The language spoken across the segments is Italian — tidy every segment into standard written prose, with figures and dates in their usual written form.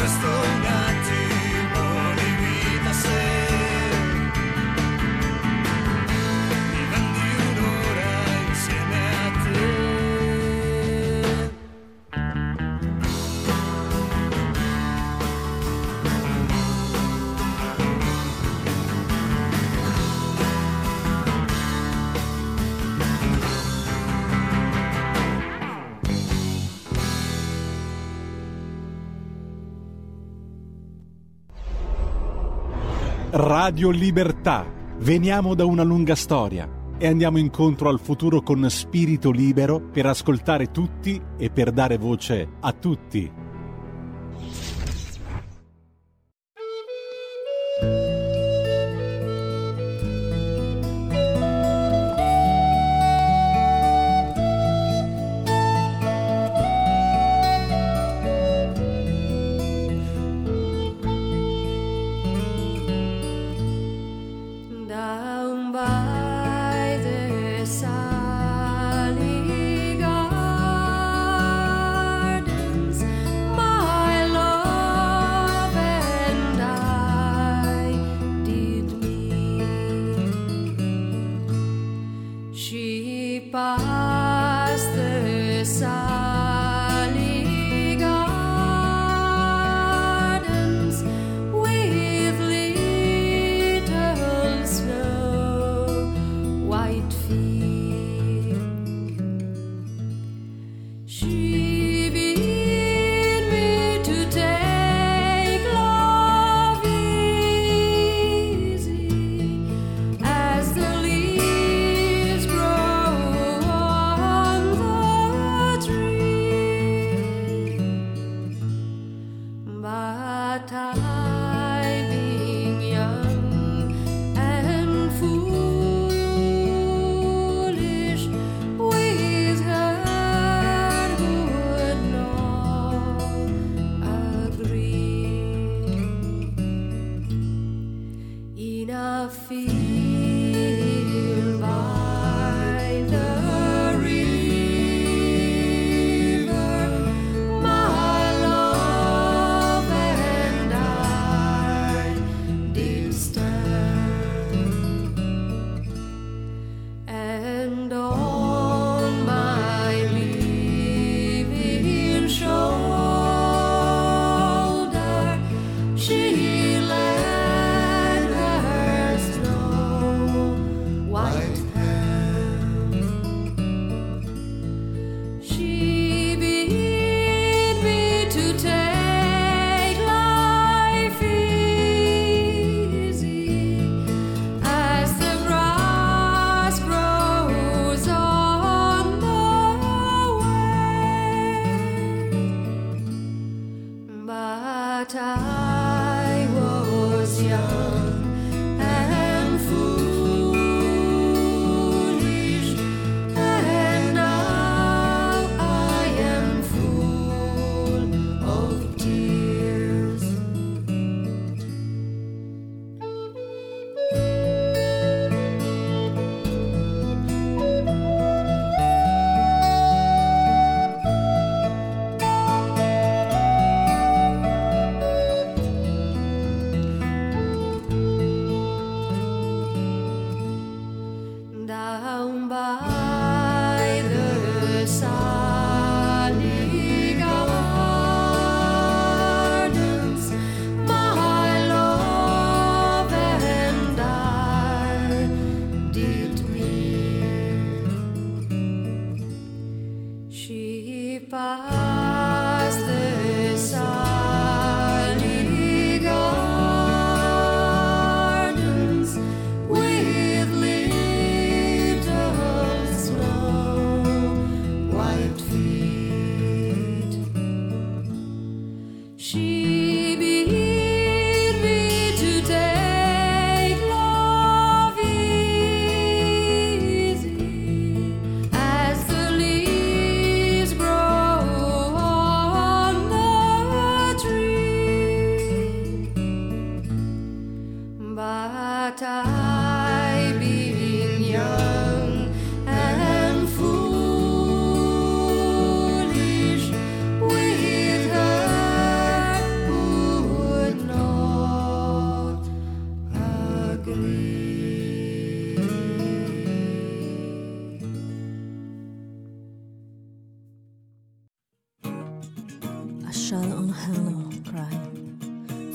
Radio Libertà. Veniamo da una lunga storia e andiamo incontro al futuro con spirito libero per ascoltare tutti e per dare voce a tutti.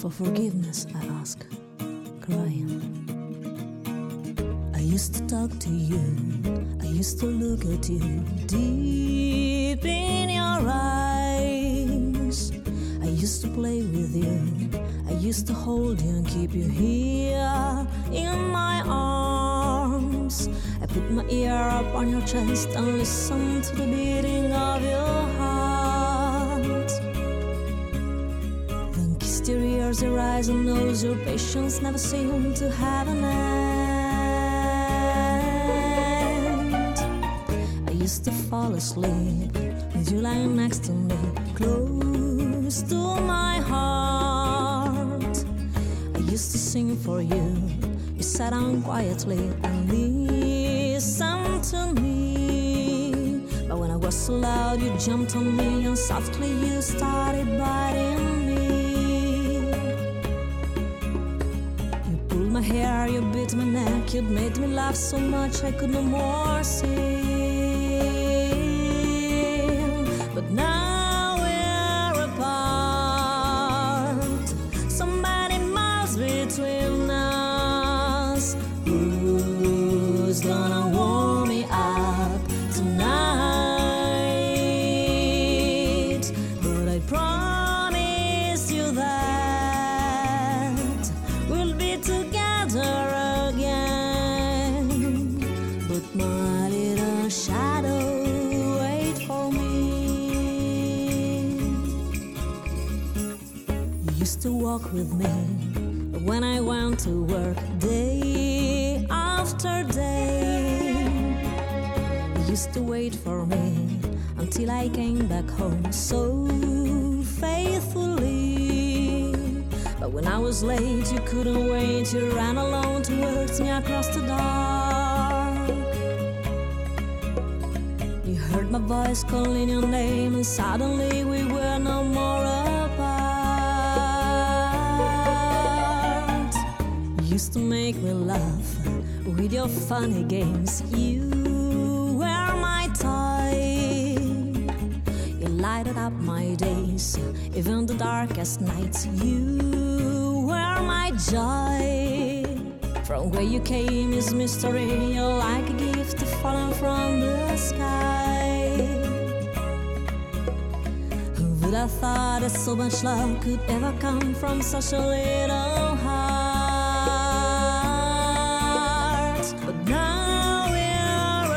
For forgiveness, I ask, crying. I used to talk to you, I used to look at you deep in your eyes. I used to play with you, I used to hold you and keep you here in my arms. I put my ear up on your chest and listen to the beating of your heart. Then kissed your ears, your eyes and nose, your patience never seemed to have an end. I used to fall asleep with you lying next to me, close to my heart. I used to sing for you, you sat down quietly and listened to me. But when I was so loud, you jumped on me and softly you started biting me. You pulled my hair, you bit my neck, you made me laugh so much I could no more sing. But now we're apart, so many miles between us. Who's gonna warm me up tonight? But I promise you that we'll be together again. But my little shadow, wait for me. You used to walk with me when I went to work day after day. You used to wait for me until I came back home so faithfully. But when I was late, you couldn't wait. You ran alone towards me across the dark. You heard my voice calling your name, and suddenly we were no more apart. You used to make me laugh with your funny games. You were my toy. You lighted up my days, even the darkest nights. You were my joy. From where you came is mystery. You're like a gift fallen from the sky. Who would have thought that so much love could ever come from such a little heart? But now we're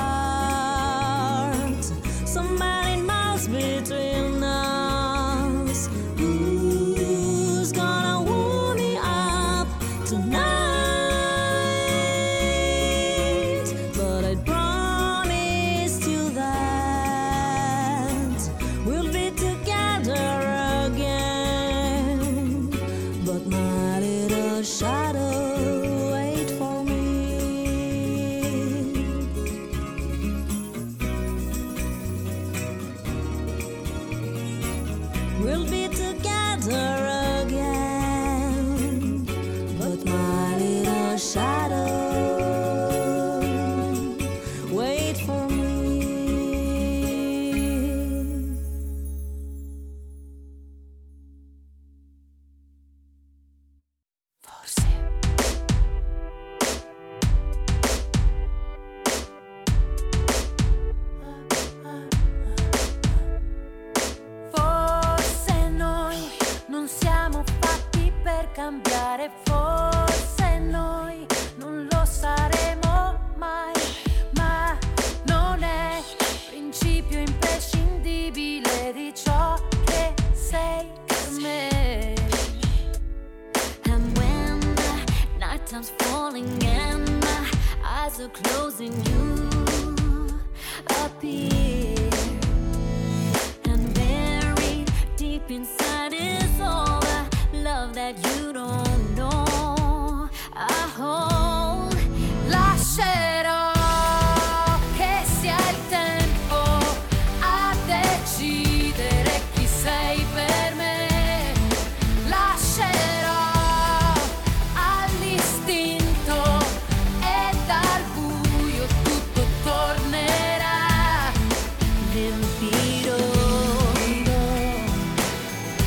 apart, so many miles between us. Who's gonna warm me up tonight? But I promised you that we'll be together again. But my little shadow, wait for me. We'll be together again. But my little shadow, wait for me. Forse noi non siamo fatti per cambiare, forse noi non lo saremo mai, ma non è principio imprescindibile di ciò che sei per me. And when the night time's falling and my eyes are closing, you appear. And buried deep inside is all the love that you don't know. I hold. Lascerò che sia il tempo a decidere chi sei per me. Lascerò all'istinto e dal buio tutto tornerà limpido.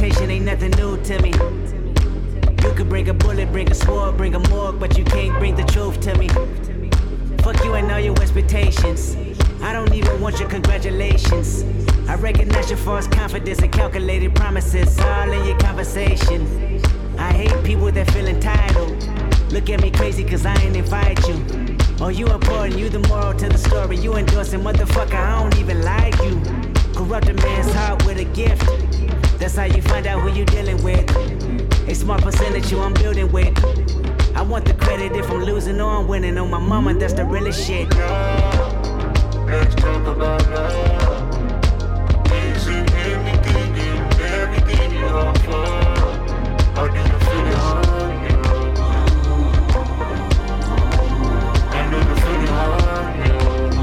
temptation ain't nothing new to me. You could bring a bullet, bring a sword, bring a morgue, but you can't bring the truth to me. Fuck you and all your expectations. I don't even want your congratulations. I recognize your false confidence and calculated promises all in your conversation. I hate people that feel entitled. Look at me crazy cause I ain't invite you. Oh, you important, you the moral to the story. You endorsing, motherfucker, I don't even like you. Corrupt a man's heart with a gift. That's how you find out who you dealing with. A small percentage you I'm building with. I want the credit if I'm losing or I'm winning. On my mama, that's the realest shit. Let's talk about love. Is it anything and everything you offer? How do you feel it on you? I know you feel it on you.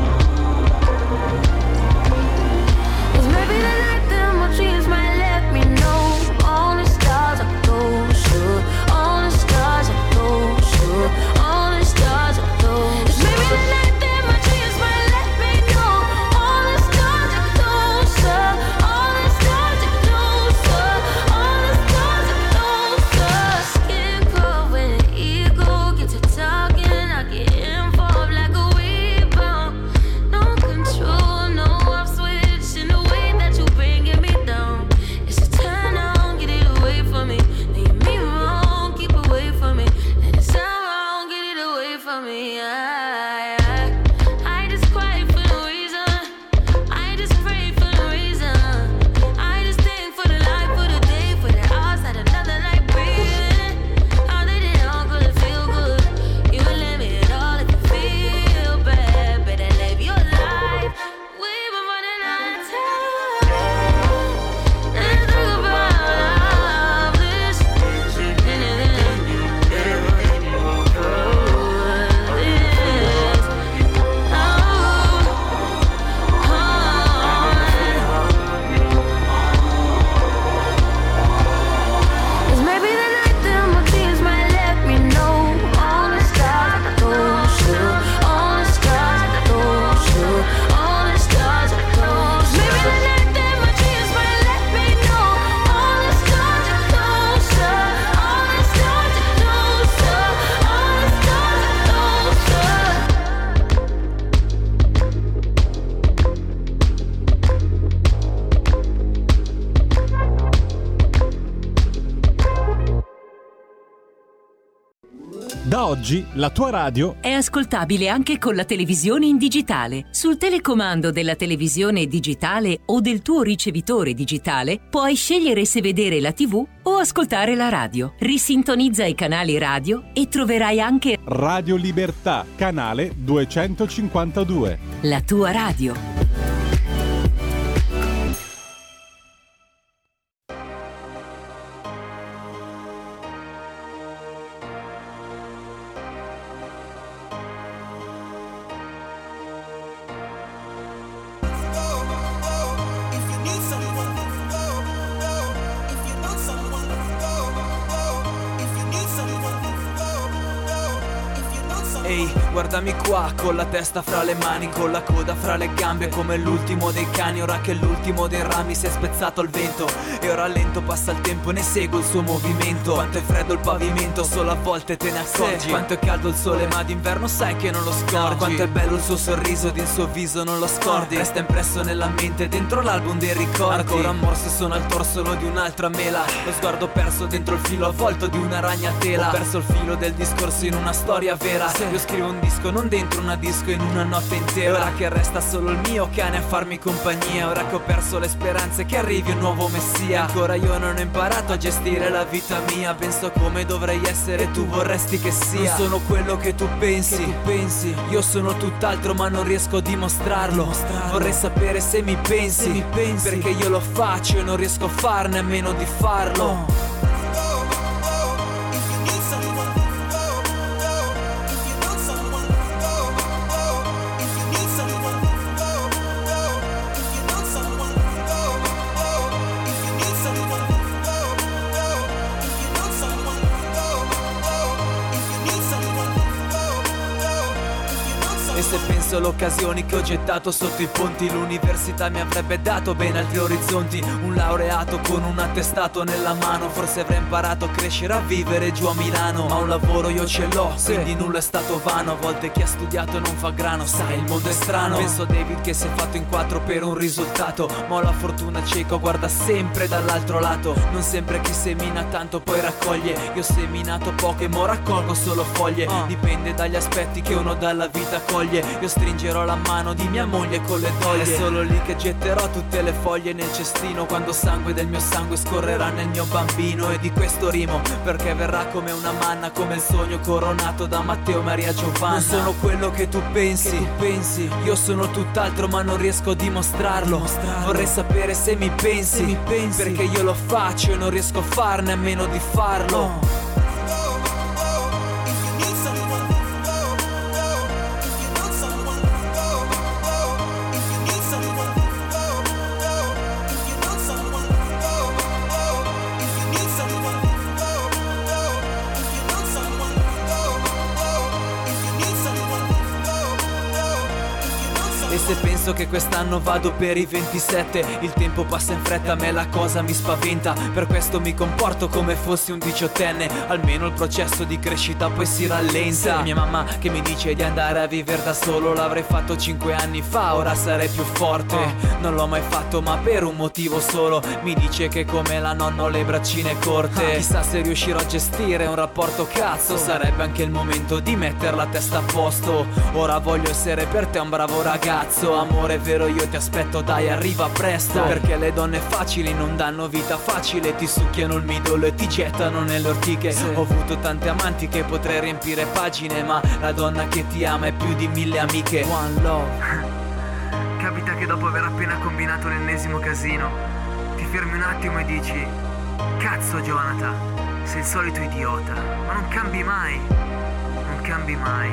Cause maybe the night that my dreams might let me know. All the stars are closer. All the stars are closer. All the stars are closer. Cause maybe the night that my dreams might let me know. All the stars are closer. All the stars are closer. All the stars are closer. Skin cold when the ego gets to talking. I get involved like a rebound. No control, no off switch in the way that you bringing me down. It's a turn on, get it away from me. Leave me wrong, keep away from me. And it's sound wrong, get it away from me. I just cry for no reason. I just pray for no reason. I just think for the life, for the day, for the hours that another night breathing. How did it all go to feel good? You let me at all if you feel bad. Better live your life. We've been running out of time. Let's talk about love. This Cause maybe the night that my dreams might let me know. All the stars are closer. All the stars are closer. All the stars are closer. Maybe the night that my dreams might let me know. All the stars are closer. All the stars are closer. All the stars are closer. Da oggi la tua radio È ascoltabile anche con la televisione in digitale. Sul telecomando della televisione digitale o del tuo ricevitore digitale puoi scegliere se vedere la TV o ascoltare la radio. Risintonizza i canali radio e troverai anche Radio Libertà, canale 252. la tua radio. Ehi, guardami qua, con la testa fra le mani, con la coda fra le gambe, come l'ultimo dei cani. Ora che l'ultimo dei rami si è spezzato al vento e ora lento passa il tempo e ne seguo il suo movimento. Quanto è freddo il pavimento, solo a volte te ne accorgi. Quanto è caldo il sole, ma d'inverno sai che non lo scorgi. Quanto è bello il suo sorriso ed il suo viso non lo scordi. Resta impresso nella mente, dentro l'album dei ricordi. Ancora a morse sono al torsolo di un'altra mela, lo sguardo perso dentro il filo avvolto di una ragnatela. Ho perso il filo del discorso in una storia vera. Io scrivo un disco, non dentro una disco, in una notte intera. Ora che resta solo il mio cane a farmi compagnia. Ora che ho perso le speranze che arrivi un nuovo messia. Ancora io non ho imparato a gestire la vita mia. Penso come dovrei essere e tu vorresti che sia. Non sono quello che tu pensi, Io sono tutt'altro ma non riesco a dimostrarlo. Vorrei sapere se mi pensi, perché io lo faccio e non riesco a farne a meno di farlo. Penso alle occasioni che ho gettato sotto i ponti. L'università mi avrebbe dato ben altri orizzonti. Un laureato con un attestato nella mano, forse avrei imparato a crescere, a vivere giù a Milano. Ma un lavoro io ce l'ho, quindi nulla è stato vano. A volte chi ha studiato non fa grano, sai, il mondo è strano. Penso a David che si è fatto in quattro per un risultato, ma ho la fortuna cieca, guarda sempre dall'altro lato. Non sempre chi semina tanto poi raccoglie. Io ho seminato poco e mo raccolgo solo foglie. Dipende dagli aspetti che uno dalla vita coglie. Io stringerò la mano di mia moglie con le doglie. È solo lì che getterò tutte le foglie nel cestino, quando sangue del mio sangue scorrerà nel mio bambino. E di questo rimo perché verrà come una manna, come il sogno coronato da Matteo Maria Giovanna. Non sono quello che tu pensi, io sono tutt'altro ma non riesco a dimostrarlo. Vorrei sapere se mi pensi, perché io lo faccio e non riesco a farne a meno di farlo. E se penso che quest'anno vado per i 27, il tempo passa in fretta, a me la cosa mi spaventa. Per questo mi comporto come fossi un 18enne, almeno il processo di crescita poi si rallenta. Mia mamma che mi dice di andare a vivere da solo, l'avrei fatto 5 anni fa, ora sarei più forte. Non l'ho mai fatto ma per un motivo solo, mi dice che come la nonna ho le braccine corte. Chissà se riuscirò a gestire un rapporto cazzo, sarebbe anche il momento di mettere la testa a posto. Ora voglio essere per te un bravo ragazzo, amore vero io ti aspetto, dai arriva presto. Perché le donne facili non danno vita facile, ti succhiano il midollo e ti gettano nelle ortiche. Ho avuto tante amanti che potrei riempire pagine, ma la donna che ti ama è più di 1000 amiche. One love. Capita che dopo aver appena combinato l'ennesimo casino ti fermi un attimo e dici: cazzo Jonathan, sei il solito idiota, ma non cambi mai. Non cambi mai,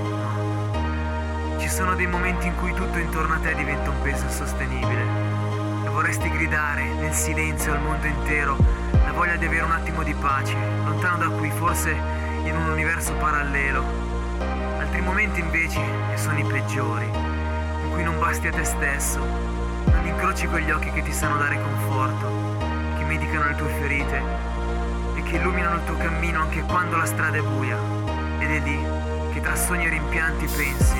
Ci sono dei momenti in cui tutto intorno a te diventa un peso insostenibile e vorresti gridare nel silenzio al mondo intero la voglia di avere un attimo di pace, lontano da qui, forse in un universo parallelo. Altri momenti invece, e sono i peggiori, in cui non basti a te stesso, non incroci quegli occhi che ti sanno dare conforto, che medicano le tue ferite e che illuminano il tuo cammino anche quando la strada è buia. Ed è lì che tra sogni e rimpianti pensi: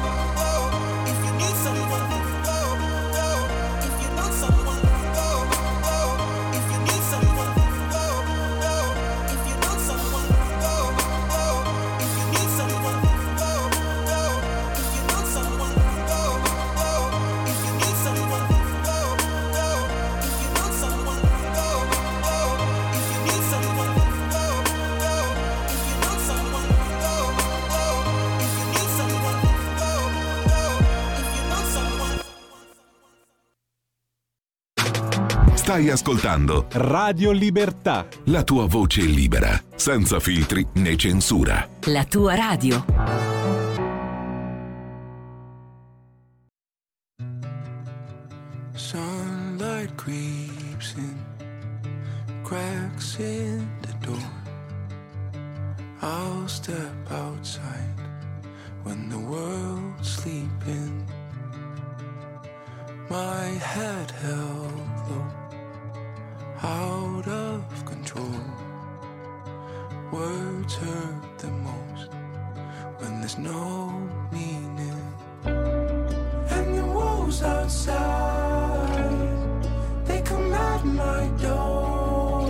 Stai ascoltando Radio Libertà, la tua voce libera, senza filtri né censura. La tua radio. Sunlight creeps in, cracks in the door. I'll step outside when the world's sleeping. My head held low, out of control. Words hurt the most when there's no meaning. And the wolves outside, they come at my door,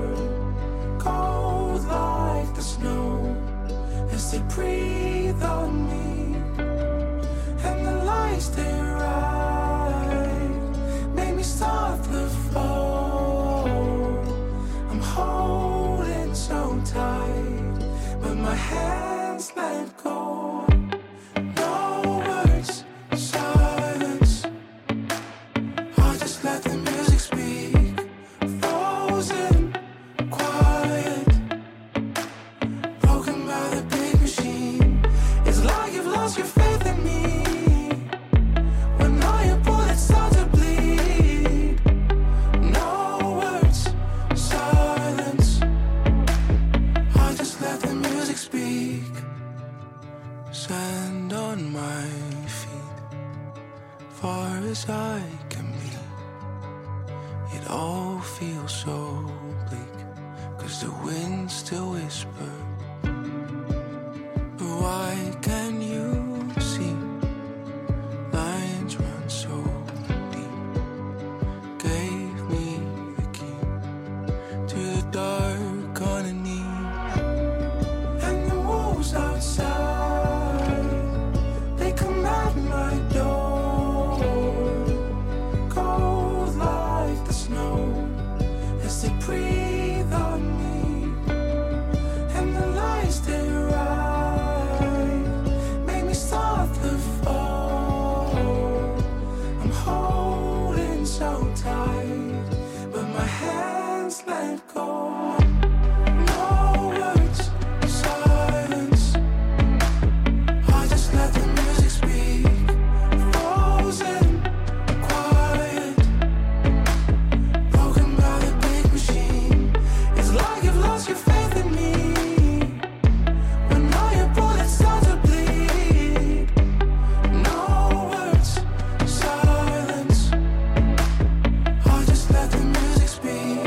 cold like the snow as they breathe on me. And the lights they ride make me start the fall. I'm holding so tight, but my hands let go. No words, silence. 'cause the wind still whisper. But why can't you see lines run so deep? Gave me the key to the dark underneath, and the wolves outside, they come at my door, cold like the snow as they breathe on me, and the lies they write make me start the fall. I'm holding so tight, but my hands let go. No words, silence. I just let the music speak. Frozen, quiet, broken by the big machine. It's like you've lost your faith in me when all your bullets start to bleed. No words, silence. I just let the music speak.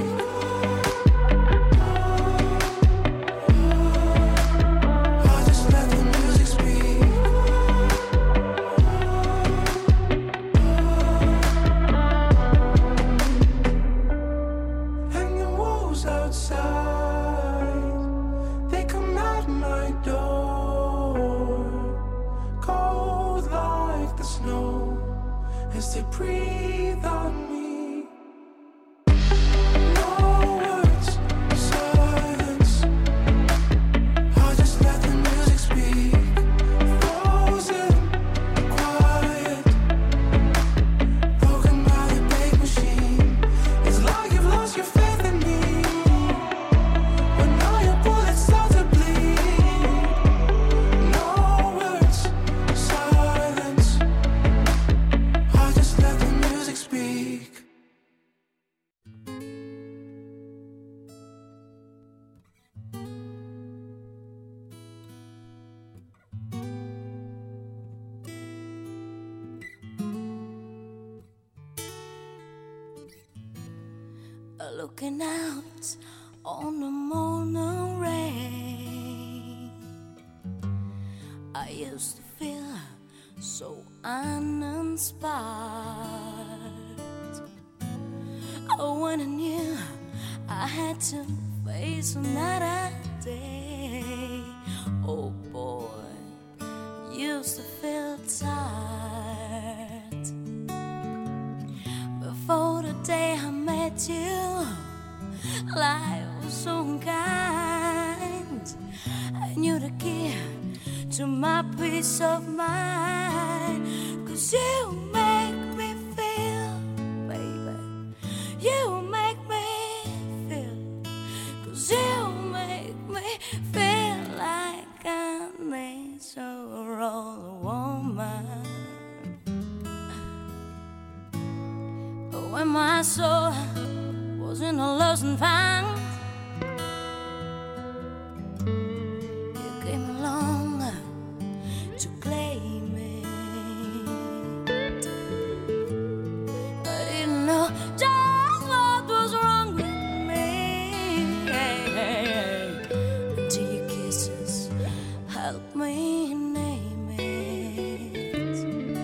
I just let the music speak. And the wolves outside, they come at my door, cold like the snow as they breathe on me. No words, silence. I just let the music speak. Frozen, quiet, broken by the big machine. It's like you've lost your faith in me when all your bullets start to bleed. No words, silence. I just let the music speak. Looking out on the morning rain, I used to feel so uninspired. Oh, when I knew I had to face another day. Oh boy, used to feel tired. Before the day I met you, life was so kind. I knew the key to my peace of mind. 'Cause you make me feel, baby, you make me feel. 'Cause you make me feel like I need to roll a woman. But when my soul was in a lost and found, you came along to claim it. I didn't know just what was wrong with me until your kisses helped me name it.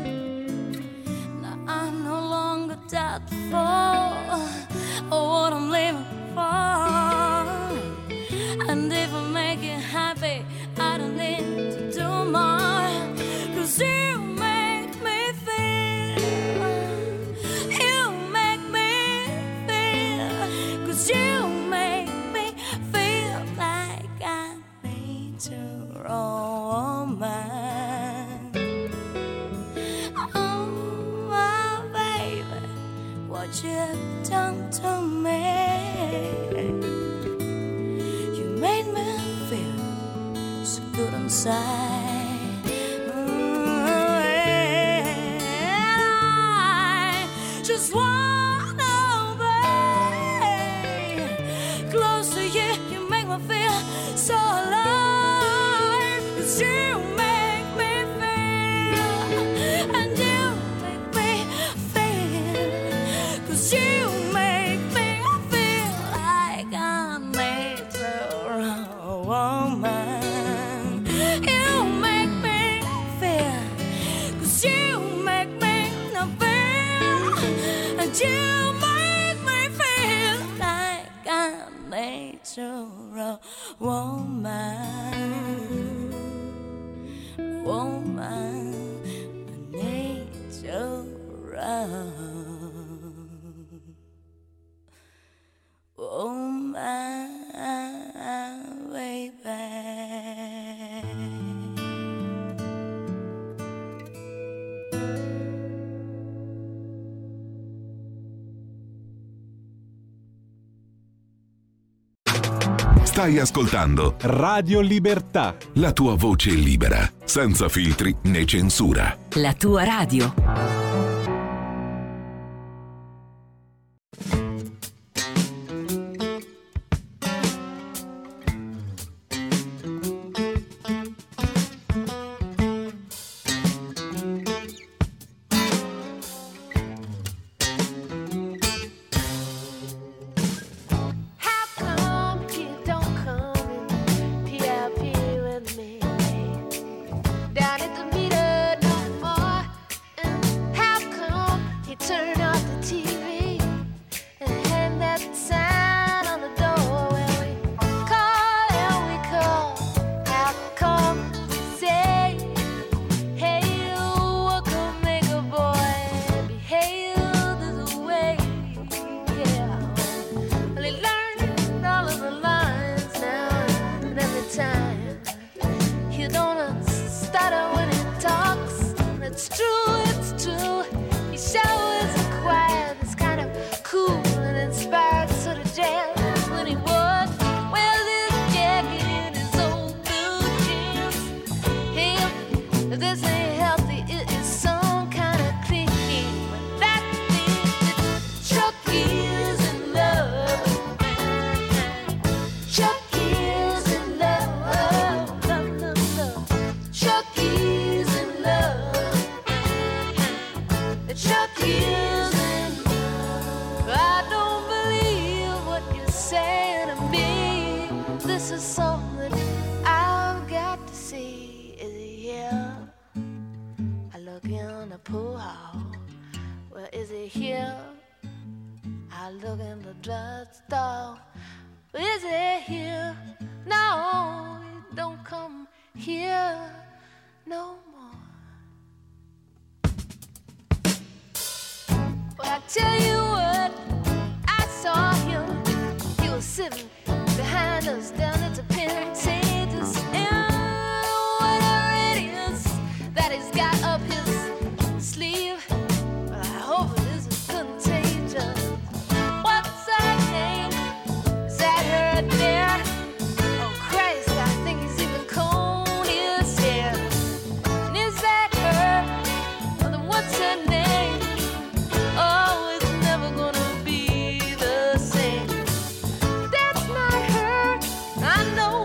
Now I'm no longer doubtful of what I'm living for, and if I make you happy, I don't need to do more. 'Cause you make me feel, you make me feel. 'Cause you make me feel like I need to romance. Oh my baby, what you've done to me. You made me feel so good inside. And I just wanna be close to you. You make me feel so alive. 'Cause you make me feel, and you make me feel. 'Cause you make me feel like I need natural woman, woman, natural woman, baby. Stai ascoltando Radio Libertà. la tua voce libera, senza filtri né censura. La tua radio. I know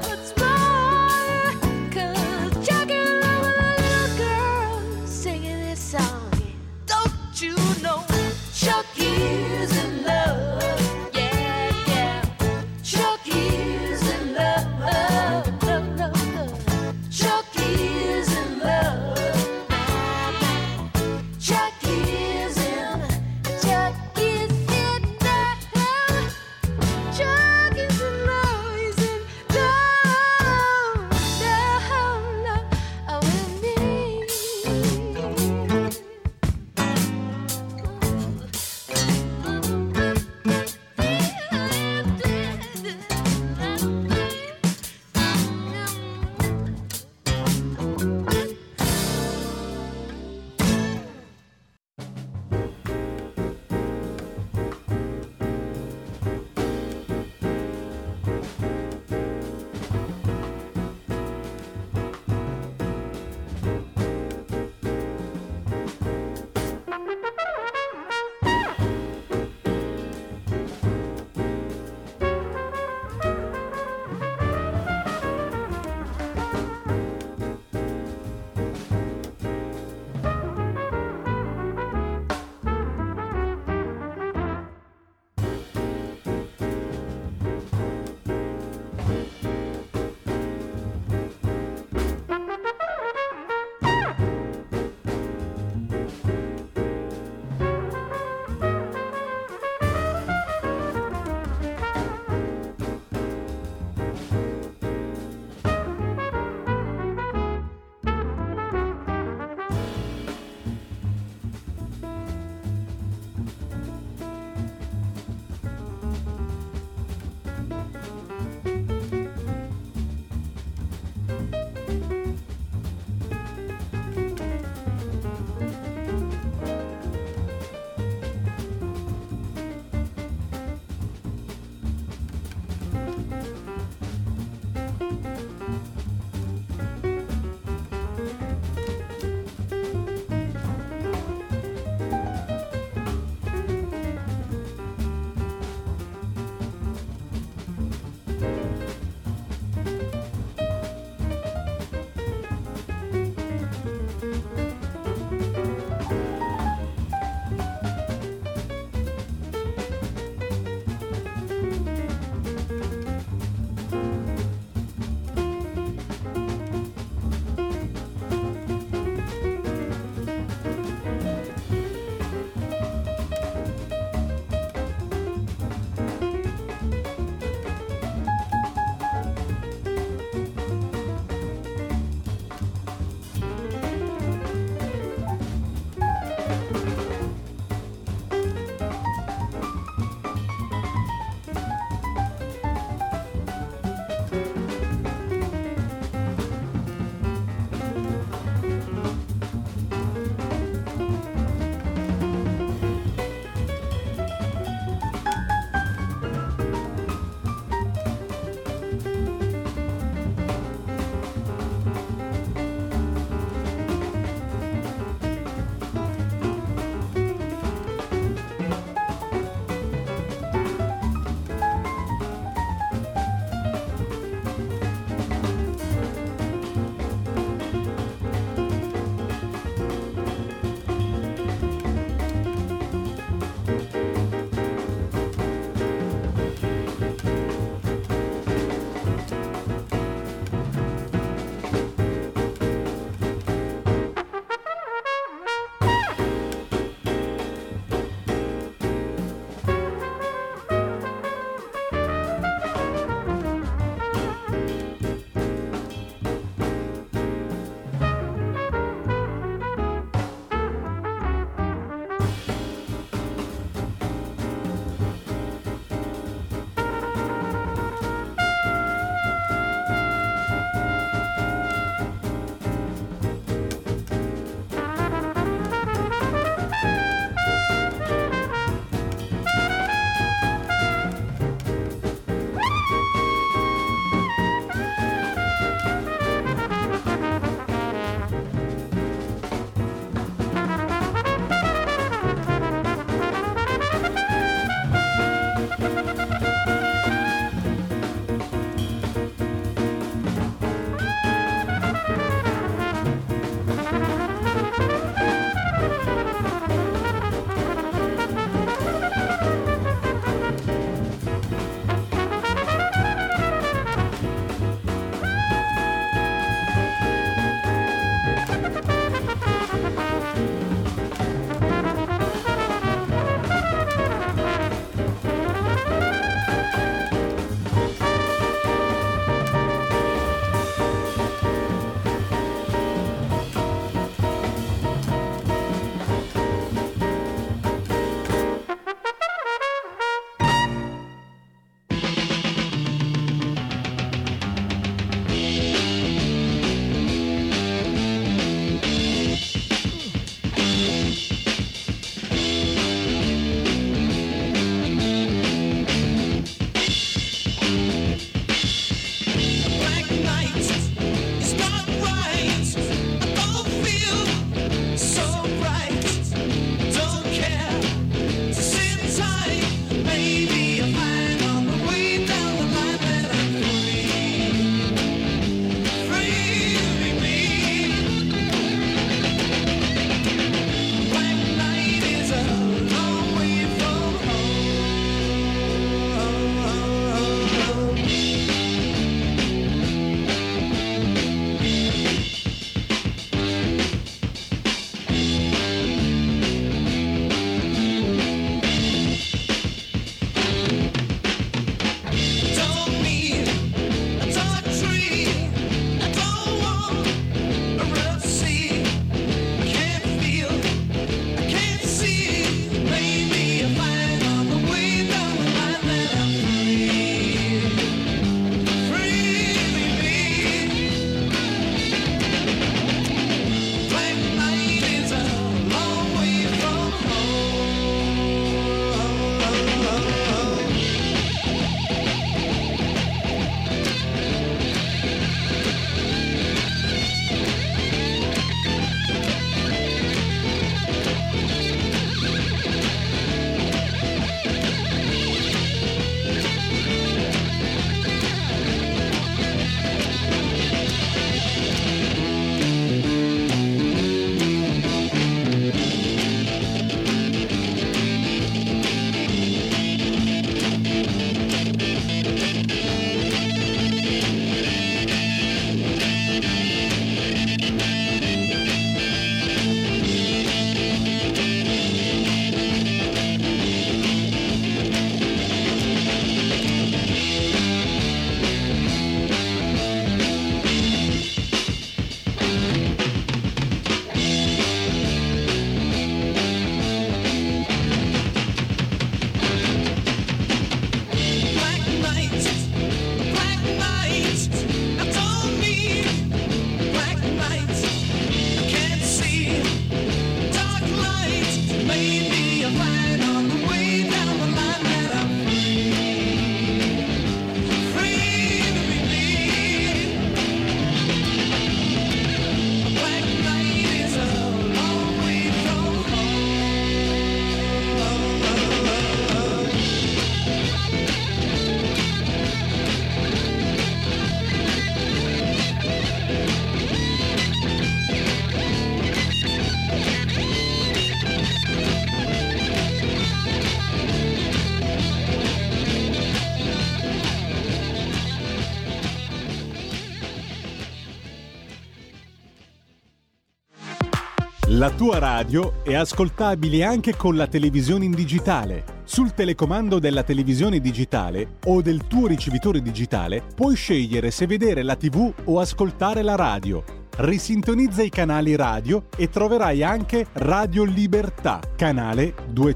La tua radio è ascoltabile anche con la televisione in digitale. Sul telecomando della televisione digitale o del tuo ricevitore digitale puoi scegliere se vedere la TV o ascoltare la radio. Risintonizza i canali radio e troverai anche Radio Libertà, canale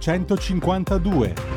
252.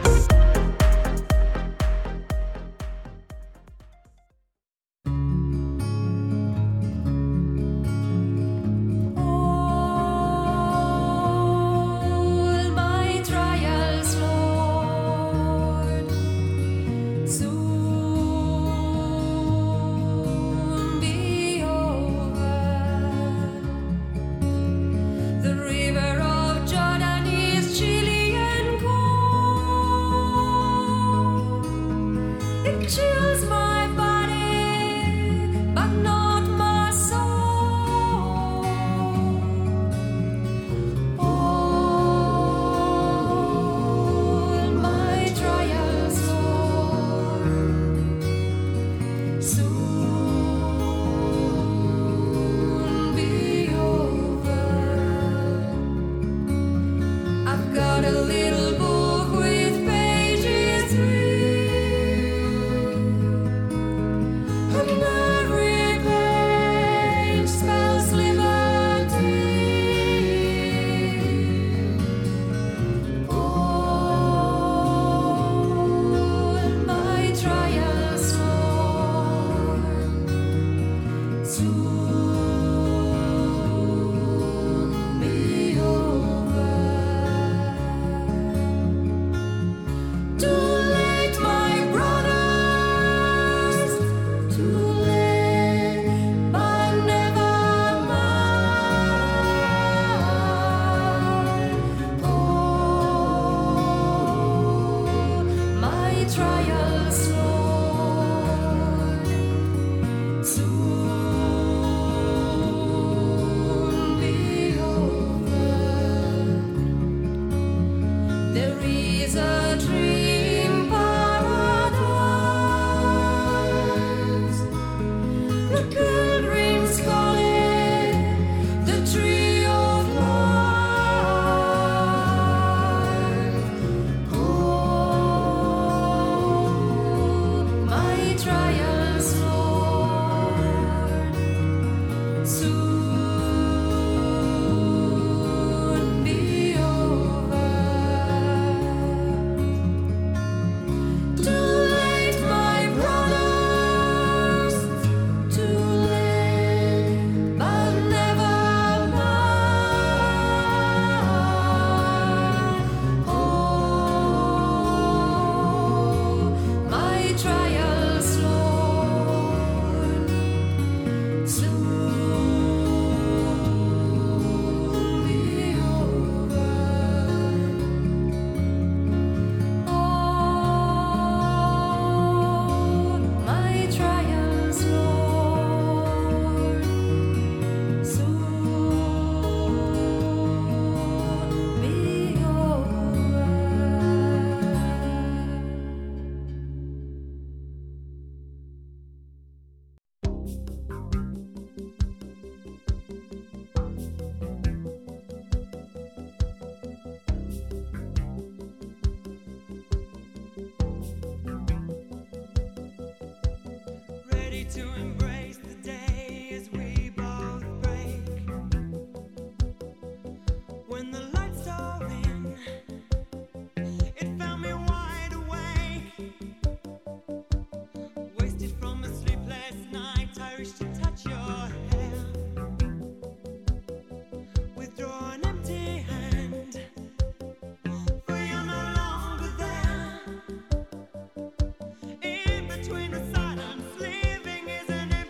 Between the silence, living is an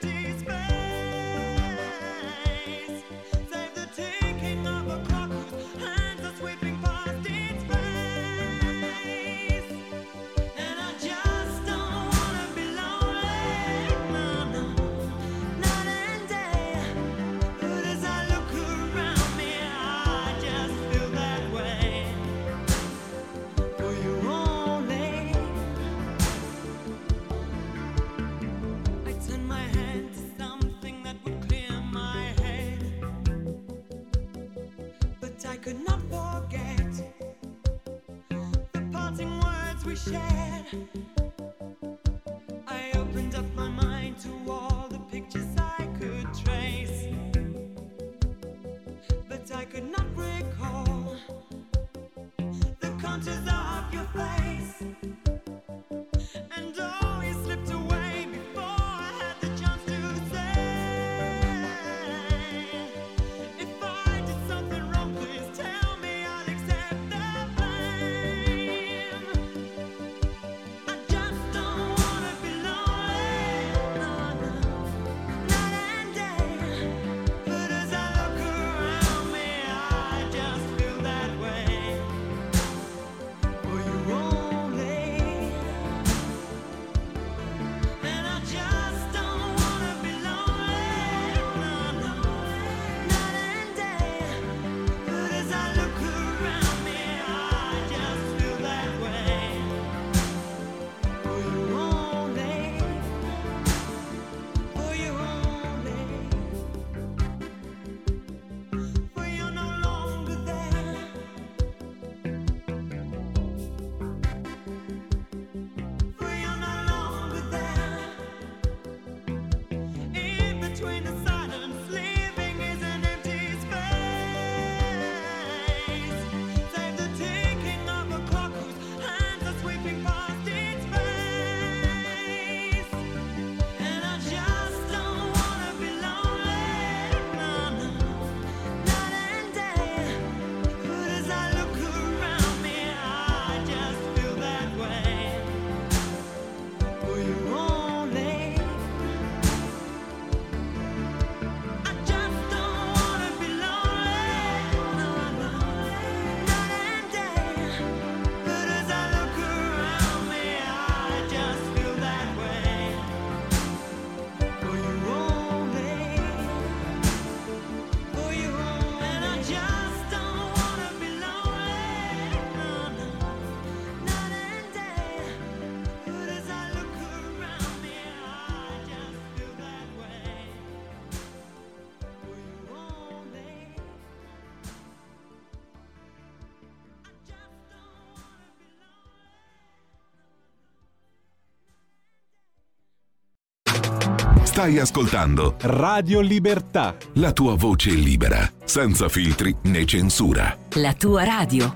could not forget the parting words we shared. I opened up my mind to all the pictures I could trace, but I could not recall the contours of your face. And oh, you slipped away before I had the chance to say, if I did something wrong, please tell me, I'll accept the blame. I just don't wanna be lonely, no, no, night and day. But as I look around me, I just feel that way. For you only. And I just don't wanna be lonely, no, no, night and day. But as I look around me, I just feel that way. For you only, for you only. For you're no longer there. For you're no longer there. In between the silence, living is an empty space. Save the ticking of a clock whose hands are sweeping past its face. And I just don't wanna be lonely, no, no, night and day. But as I look around me, I just feel that way. For you only. I just don't wanna be lonely, no, no, night and day. But as I look around me, I just feel that way. For you only, for you only. And I just don't wanna be lonely, no, no, night and day. But as I look around me, I just feel that way. For you only. I just don't wanna be lonely. Stai ascoltando Radio Libertà. la tua voce libera, senza filtri né censura. La tua radio.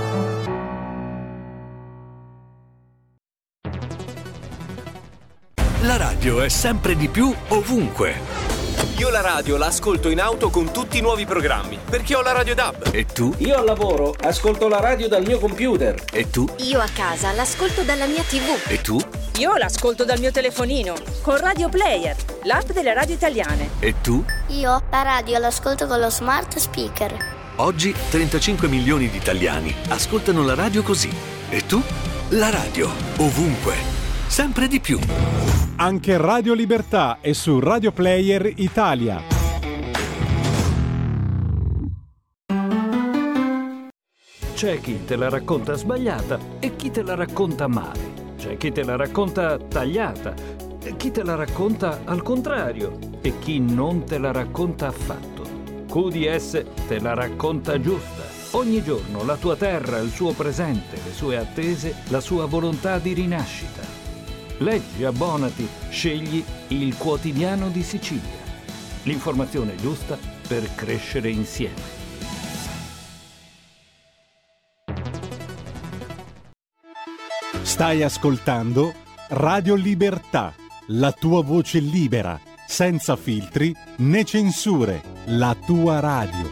La radio è sempre di più ovunque. Io la radio la ascolto in auto con tutti i nuovi programmi, perché ho la radio DAB. E tu? Io al lavoro ascolto la radio dal mio computer. E tu? Io a casa l'ascolto dalla mia TV. E tu? Io l'ascolto dal mio telefonino, con Radio Player, l'app delle radio italiane. E tu? Io la radio l'ascolto con lo smart speaker. Oggi 35 milioni di italiani ascoltano la radio così. E tu? La radio, ovunque, sempre di più. Anche Radio Libertà è su Radio Player Italia. C'è chi te la racconta sbagliata e chi te la racconta male. C'è chi te la racconta tagliata e chi te la racconta al contrario e chi non te la racconta affatto. QDS te la racconta giusta. Ogni giorno la tua terra, il suo presente, le sue attese, la sua volontà di rinascita. Leggi, abbonati, scegli il Quotidiano di Sicilia. L'informazione giusta per crescere insieme. Stai ascoltando Radio Libertà, la tua voce libera, senza filtri né censure, la tua radio.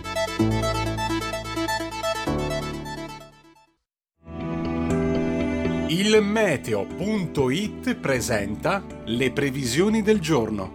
Il meteo.it presenta le previsioni del giorno.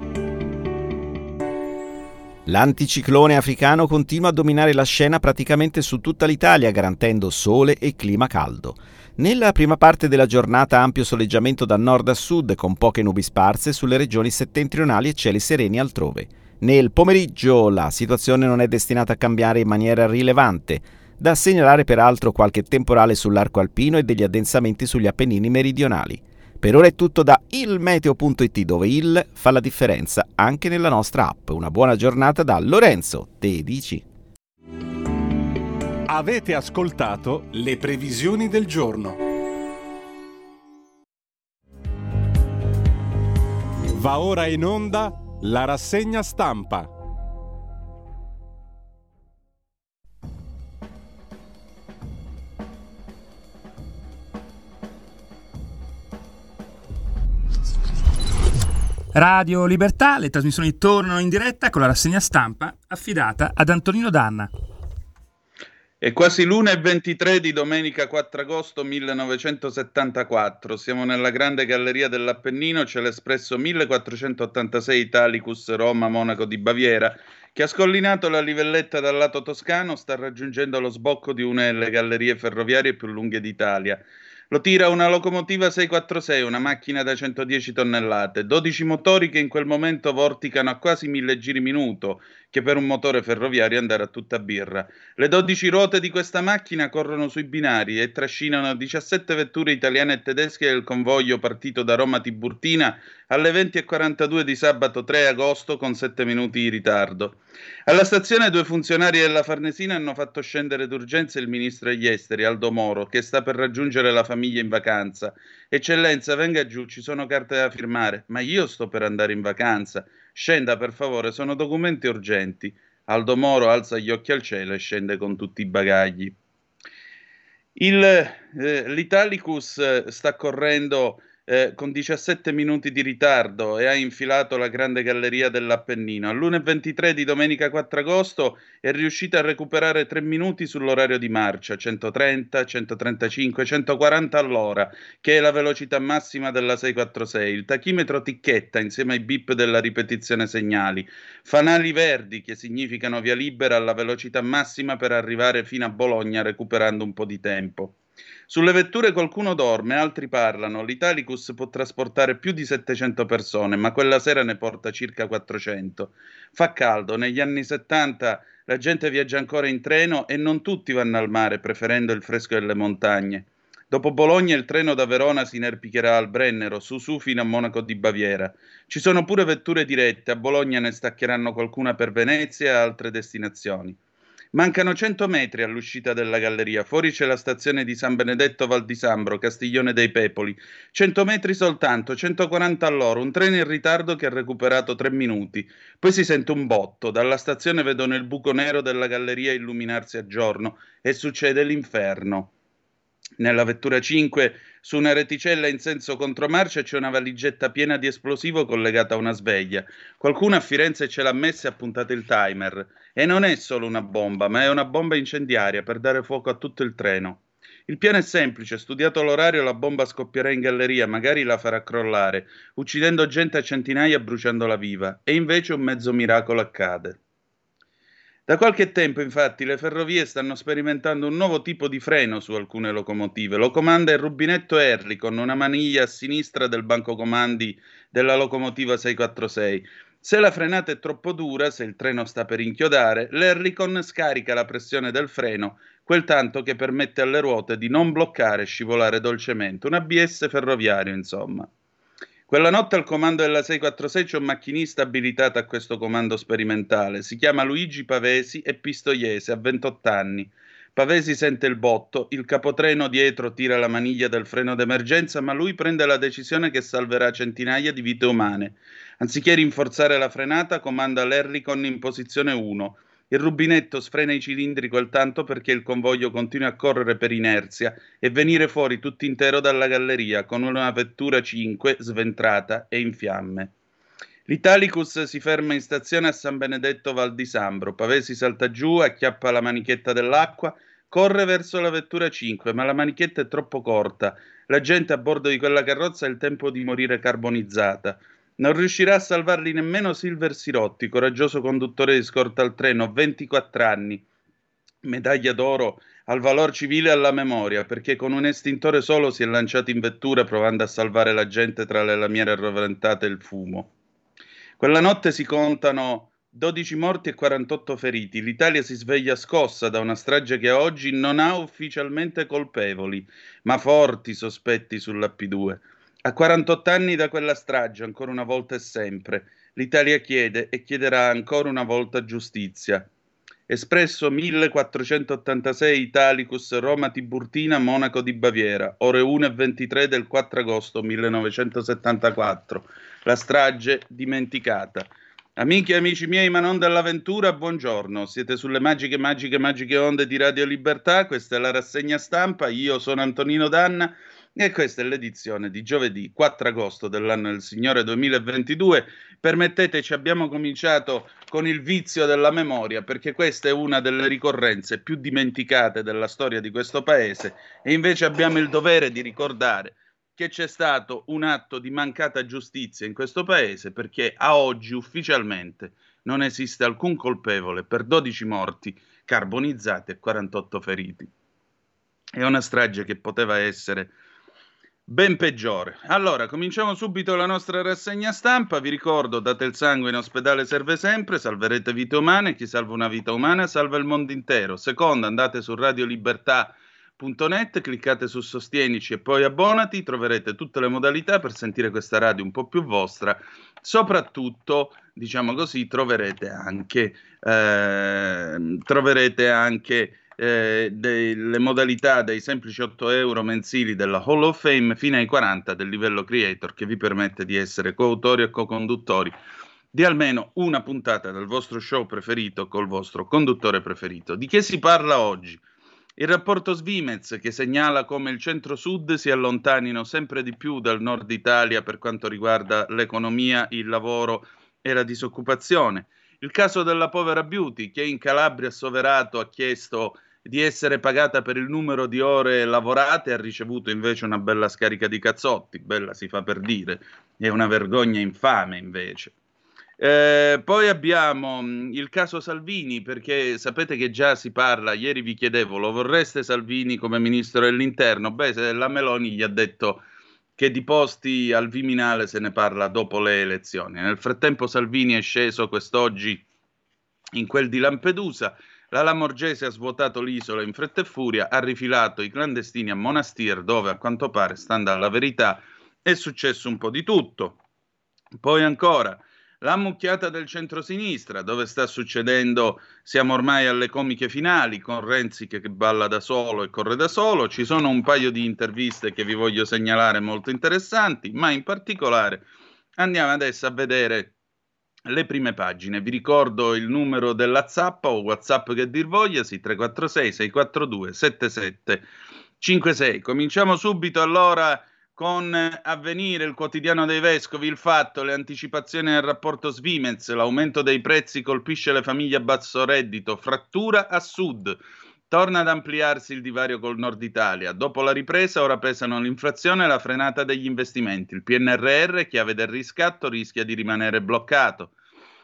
L'anticiclone africano continua a dominare la scena praticamente su tutta l'Italia, garantendo sole e clima caldo. Nella prima parte della giornata ampio soleggiamento da nord a sud, con poche nubi sparse sulle regioni settentrionali e cieli sereni altrove. Nel pomeriggio la situazione non è destinata a cambiare in maniera rilevante. Da segnalare peraltro qualche temporale sull'arco alpino e degli addensamenti sugli Appennini meridionali. Per ora è tutto da ilmeteo.it, dove il fa la differenza anche nella nostra app. Una buona giornata da Lorenzo Tedici. Avete ascoltato le previsioni del giorno. Va ora in onda la rassegna stampa. Radio Libertà, le trasmissioni tornano in diretta con la rassegna stampa affidata ad Antonino Danna. È quasi l'1:23 di domenica 4 agosto 1974. Siamo nella grande galleria dell'Appennino, c'è l'Espresso 1486 Italicus Roma Monaco di Baviera, che ha scollinato la livelletta dal lato toscano, sta raggiungendo lo sbocco di una delle gallerie ferroviarie più lunghe d'Italia. Lo tira una locomotiva 646, una macchina da 110 tonnellate, 12 motori che in quel momento vorticano a quasi 1000 giri minuto, che per un motore ferroviario è andare a tutta birra. Le 12 ruote di questa macchina corrono sui binari e trascinano 17 vetture italiane e tedesche del convoglio partito da Roma Tiburtina alle 20:42 di sabato 3 agosto con 7 minuti di ritardo. Alla stazione 2 funzionari della Farnesina hanno fatto scendere d'urgenza il ministro degli esteri, Aldo Moro, che sta per raggiungere la famiglia in vacanza. Eccellenza, venga giù, ci sono carte da firmare. Ma io sto per andare in vacanza. Scenda per favore, sono documenti urgenti. Aldo Moro alza gli occhi al cielo e scende con tutti i bagagli. L'Italicus sta correndo con 17 minuti di ritardo e ha infilato la grande galleria dell'Appennino. All'1:23 di domenica 4 agosto è riuscita a recuperare 3 minuti sull'orario di marcia, 130, 135, 140 all'ora, che è la velocità massima della 646. Il tachimetro ticchetta insieme ai bip della ripetizione segnali. Fanali verdi, che significano via libera alla velocità massima per arrivare fino a Bologna recuperando un po' di tempo. Sulle vetture qualcuno dorme, altri parlano. L'Italicus può trasportare più di 700 persone, ma quella sera ne porta circa 400. Fa caldo, negli anni 70 la gente viaggia ancora in treno e non tutti vanno al mare, preferendo il fresco delle montagne. Dopo Bologna il treno da Verona si inerpicherà al Brennero, su fino a Monaco di Baviera. Ci sono pure vetture dirette, a Bologna ne staccheranno qualcuna per Venezia e altre destinazioni. Mancano 100 metri all'uscita della galleria, fuori c'è la stazione di San Benedetto Val di Sambro, Castiglione dei Pepoli. 100 metri soltanto, 140 all'ora, un treno in ritardo che ha recuperato 3 minuti. Poi si sente un botto, dalla stazione vedono il buco nero della galleria illuminarsi a giorno e succede l'inferno. Nella vettura 5, su una reticella in senso contromarcia, c'è una valigetta piena di esplosivo collegata a una sveglia. Qualcuno a Firenze ce l'ha messa e ha puntato il timer. E non è solo una bomba, ma è una bomba incendiaria per dare fuoco a tutto il treno. Il piano è semplice, studiato l'orario la bomba scoppierà in galleria, magari la farà crollare, uccidendo gente a centinaia e bruciandola viva. E invece un mezzo miracolo accade. Da qualche tempo, infatti, le ferrovie stanno sperimentando un nuovo tipo di freno su alcune locomotive. Lo comanda il rubinetto Early con una maniglia a sinistra del banco comandi della locomotiva 646. Se la frenata è troppo dura, se il treno sta per inchiodare, l'Earlycon scarica la pressione del freno, quel tanto che permette alle ruote di non bloccare e scivolare dolcemente. Un ABS ferroviario, insomma. Quella notte al comando della 646 c'è un macchinista abilitato a questo comando sperimentale. Si chiama Luigi Pavesi, è pistoiese, ha 28 anni. Pavesi sente il botto, il capotreno dietro tira la maniglia del freno d'emergenza, ma lui prende la decisione che salverà centinaia di vite umane. Anziché rinforzare la frenata, comanda l'Earlycon in posizione 1. Il rubinetto sfrena i cilindri quel tanto perché il convoglio continua a correre per inerzia e venire fuori tutto intero dalla galleria con una vettura 5 sventrata e in fiamme. L'Italicus si ferma in stazione a San Benedetto Val di Sambro. Pavesi salta giù, acchiappa la manichetta dell'acqua, corre verso la vettura 5, ma la manichetta è troppo corta. La gente a bordo di quella carrozza ha il tempo di morire carbonizzata. Non riuscirà a salvarli nemmeno Silver Sirotti, coraggioso conduttore di scorta al treno, 24 anni. Medaglia d'oro al valor civile e alla memoria, perché con un estintore solo si è lanciato in vettura provando a salvare la gente tra le lamiere arroventate e il fumo. Quella notte si contano 12 morti e 48 feriti. L'Italia si sveglia scossa da una strage che oggi non ha ufficialmente colpevoli, ma forti sospetti sulla P2. A 48 anni da quella strage, ancora una volta e sempre, l'Italia chiede e chiederà ancora una volta giustizia. Espresso 1486 Italicus, Roma Tiburtina, Monaco di Baviera, ore 1:23 del 4 agosto 1974. La strage dimenticata. Amiche e amici miei, ma non dell'avventura, buongiorno. Siete sulle magiche onde di Radio Libertà. Questa è la rassegna stampa. Io sono Antonino Danna e questa è l'edizione di giovedì 4 agosto dell'anno del Signore 2022. Permetteteci, abbiamo cominciato con il vizio della memoria, perché questa è una delle ricorrenze più dimenticate della storia di questo paese, e invece abbiamo il dovere di ricordare che c'è stato un atto di mancata giustizia in questo paese, perché a oggi ufficialmente non esiste alcun colpevole per 12 morti carbonizzati e 48 feriti. È una strage che poteva essere ben peggiore. Allora, cominciamo subito la nostra rassegna stampa. Vi ricordo, date il sangue, in ospedale serve sempre, salverete vite umane, chi salva una vita umana salva il mondo intero. Secondo, andate su radiolibertà.net, cliccate su Sostienici e poi abbonati, troverete tutte le modalità per sentire questa radio un po' più vostra. Soprattutto, diciamo così, troverete anche le modalità dei semplici 8 euro mensili della Hall of Fame fino ai 40 del livello creator, che vi permette di essere coautori e co-conduttori di almeno una puntata del vostro show preferito col vostro conduttore preferito. Di che si parla oggi? Il rapporto Svimez, che segnala come il centro-sud si allontanino sempre di più dal nord Italia per quanto riguarda l'economia, il lavoro e la disoccupazione. Il caso della povera Beauty, che in Calabria Soverato ha chiesto di essere pagata per il numero di ore lavorate e ha ricevuto invece una bella scarica di cazzotti. Bella si fa per dire, è una vergogna infame invece. Poi abbiamo il caso Salvini, perché sapete che già si parla, ieri vi chiedevo, lo vorreste Salvini come ministro dell'interno? Beh, se la Meloni gli ha detto che di posti al Viminale se ne parla dopo le elezioni. Nel frattempo Salvini è sceso quest'oggi in quel di Lampedusa, la Lamorgese ha svuotato l'isola in fretta e furia, ha rifilato i clandestini a Monastir, dove a quanto pare, stando alla verità, è successo un po' di tutto. Poi ancora la mucchiata del centrosinistra, dove sta succedendo, siamo ormai alle comiche finali, con Renzi che balla da solo e corre da solo. Ci sono un paio di interviste che vi voglio segnalare molto interessanti, ma in particolare andiamo adesso a vedere le prime pagine. Vi ricordo il numero della Zappa o WhatsApp che dir vogliasi, 346 642 7756. Cominciamo subito allora con Avvenire, il quotidiano dei vescovi, Il Fatto, le anticipazioni del rapporto Svimez, l'aumento dei prezzi colpisce le famiglie a basso reddito, frattura a sud, torna ad ampliarsi il divario col nord Italia, dopo la ripresa ora pesano l'inflazione e la frenata degli investimenti, il PNRR, chiave del riscatto, rischia di rimanere bloccato.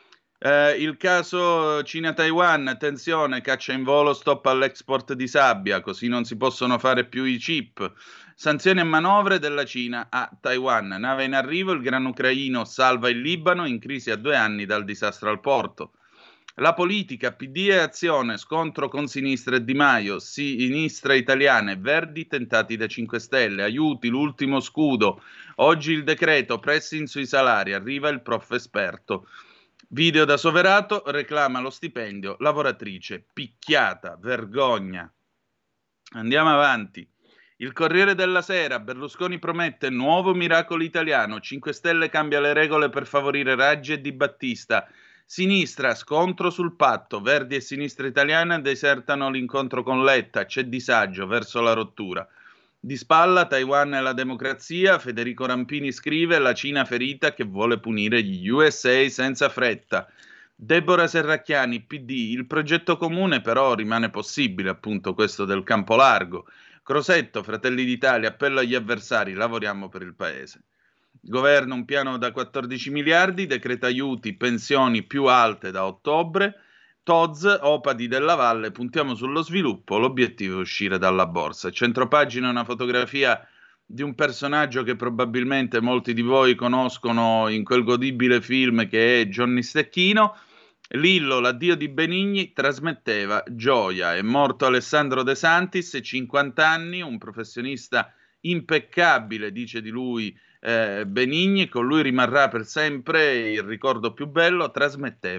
Il caso Cina-Taiwan, tensione, caccia in volo, stop all'export di sabbia, così non si possono fare più i chip. Sanzioni e manovre della Cina a Taiwan. Nave in arrivo, il gran ucraino salva il Libano, in crisi a 2 anni dal disastro al porto. La politica, PD e Azione, scontro con Sinistra e Di Maio, Sinistra italiana e Verdi tentati da 5 Stelle, aiuti, l'ultimo scudo. Oggi il decreto, pressing sui salari, arriva il prof esperto. Video da Soverato, reclama lo stipendio, lavoratrice picchiata, vergogna. Andiamo avanti. Il Corriere della Sera, Berlusconi promette nuovo miracolo italiano, 5 Stelle cambia le regole per favorire Raggi e Di Battista. Sinistra, scontro sul patto, Verdi e Sinistra italiana desertano l'incontro con Letta, c'è disagio verso la rottura. Di spalla, Taiwan e la democrazia, Federico Rampini scrive, la Cina ferita che vuole punire gli USA senza fretta. Deborah Serracchiani, PD, il progetto comune però rimane possibile, appunto questo del campo largo. Crosetto, Fratelli d'Italia, appello agli avversari, lavoriamo per il paese. Governo un piano da 14 miliardi, decreta aiuti, pensioni più alte da ottobre. Toz, Opadi della Valle, puntiamo sullo sviluppo, l'obiettivo è uscire dalla borsa. Centropagina una fotografia di un personaggio che probabilmente molti di voi conoscono in quel godibile film che è Johnny Stecchino. Lillo, l'addio di Benigni, trasmetteva gioia. È morto Alessandro De Santis, 50 anni, un professionista impeccabile, dice di lui Benigni, con lui rimarrà per sempre il ricordo più bello, trasmetteva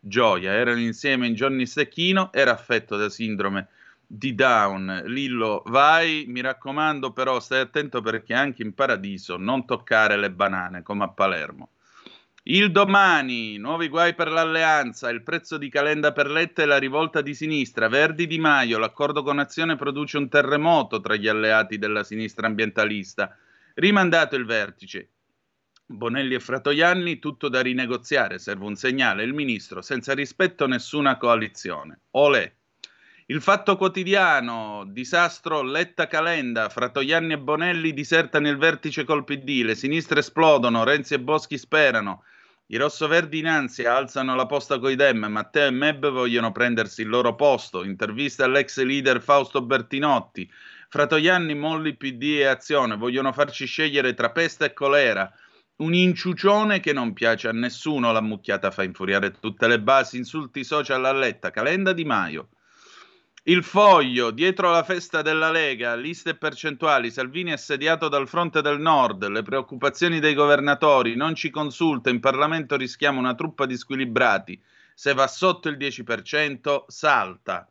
Gioia. Erano insieme in Johnny Stecchino, era affetto da sindrome di Down. Lillo, vai, mi raccomando, però stai attento perché anche in paradiso non toccare le banane come a Palermo. Il Domani, nuovi guai per l'alleanza, il prezzo di Calenda per Letta e la rivolta di sinistra, Verdi Di Maio, l'accordo con Azione produce un terremoto tra gli alleati della sinistra ambientalista, rimandato il vertice. Bonelli e Fratoianni, tutto da rinegoziare, serve un segnale, il ministro, senza rispetto nessuna coalizione. Olè. Il Fatto Quotidiano, disastro Letta-Calenda, Fratoianni e Bonelli disertano il vertice col PD, le sinistre esplodono, Renzi e Boschi sperano, i rossoverdi in ansia alzano la posta coi Dem, Matteo e Meb vogliono prendersi il loro posto, intervista all'ex leader Fausto Bertinotti, Fratoianni, Molli, PD e Azione, vogliono farci scegliere tra peste e colera, un inciucione che non piace a nessuno, la mucchiata fa infuriare tutte le basi, insulti social a Letta, Calenda, Di Maio. Il Foglio, dietro la festa della Lega, liste e percentuali, Salvini assediato dal fronte del nord, le preoccupazioni dei governatori, non ci consulta, in Parlamento rischiamo una truppa di squilibrati, se va sotto il 10% salta.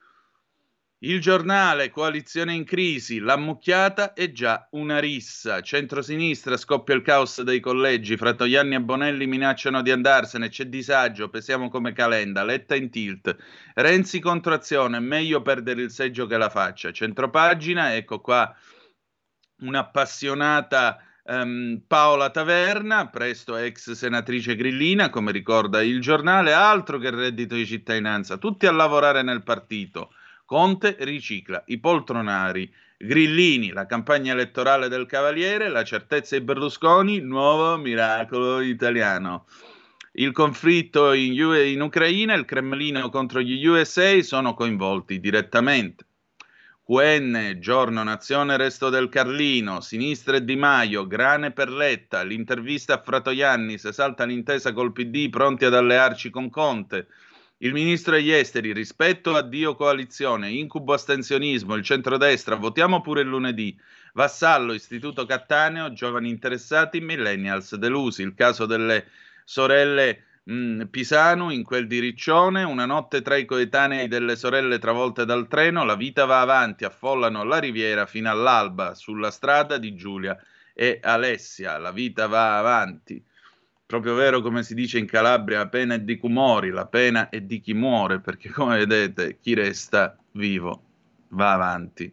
Il Giornale, coalizione in crisi, l'ammucchiata è già una rissa, centrosinistra scoppia il caos dei collegi, Fratoianni e Bonelli minacciano di andarsene, c'è disagio, pesiamo come Calenda, Letta in tilt, Renzi contro Azione, meglio perdere il seggio che la faccia, centropagina, ecco qua un'appassionata Paola Taverna, presto ex senatrice grillina, come ricorda il Giornale, altro che reddito di cittadinanza, tutti a lavorare nel partito. Conte ricicla i poltronari, Grillini, la campagna elettorale del Cavaliere, la certezza di Berlusconi, nuovo miracolo italiano. Il conflitto in Ucraina, il Cremlino contro gli USA sono coinvolti direttamente. QN, Giorno, Nazione, Resto del Carlino, Sinistra e Di Maio, grane per Letta, l'intervista a Fratoianni, se salta l'intesa col PD, pronti ad allearci con Conte. Il ministro degli esteri, rispetto, addio coalizione, incubo astensionismo, il centrodestra, votiamo pure il lunedì. Vassallo, Istituto Cattaneo, giovani interessati, millennials delusi. Il caso delle sorelle Pisanu in quel di Riccione, una notte tra i coetanei delle sorelle travolte dal treno, la vita va avanti, affollano la Riviera fino all'alba sulla strada di Giulia e Alessia, la vita va avanti. Proprio vero come si dice in Calabria, la pena è di chi muori, la pena è di chi muore, perché come vedete chi resta vivo va avanti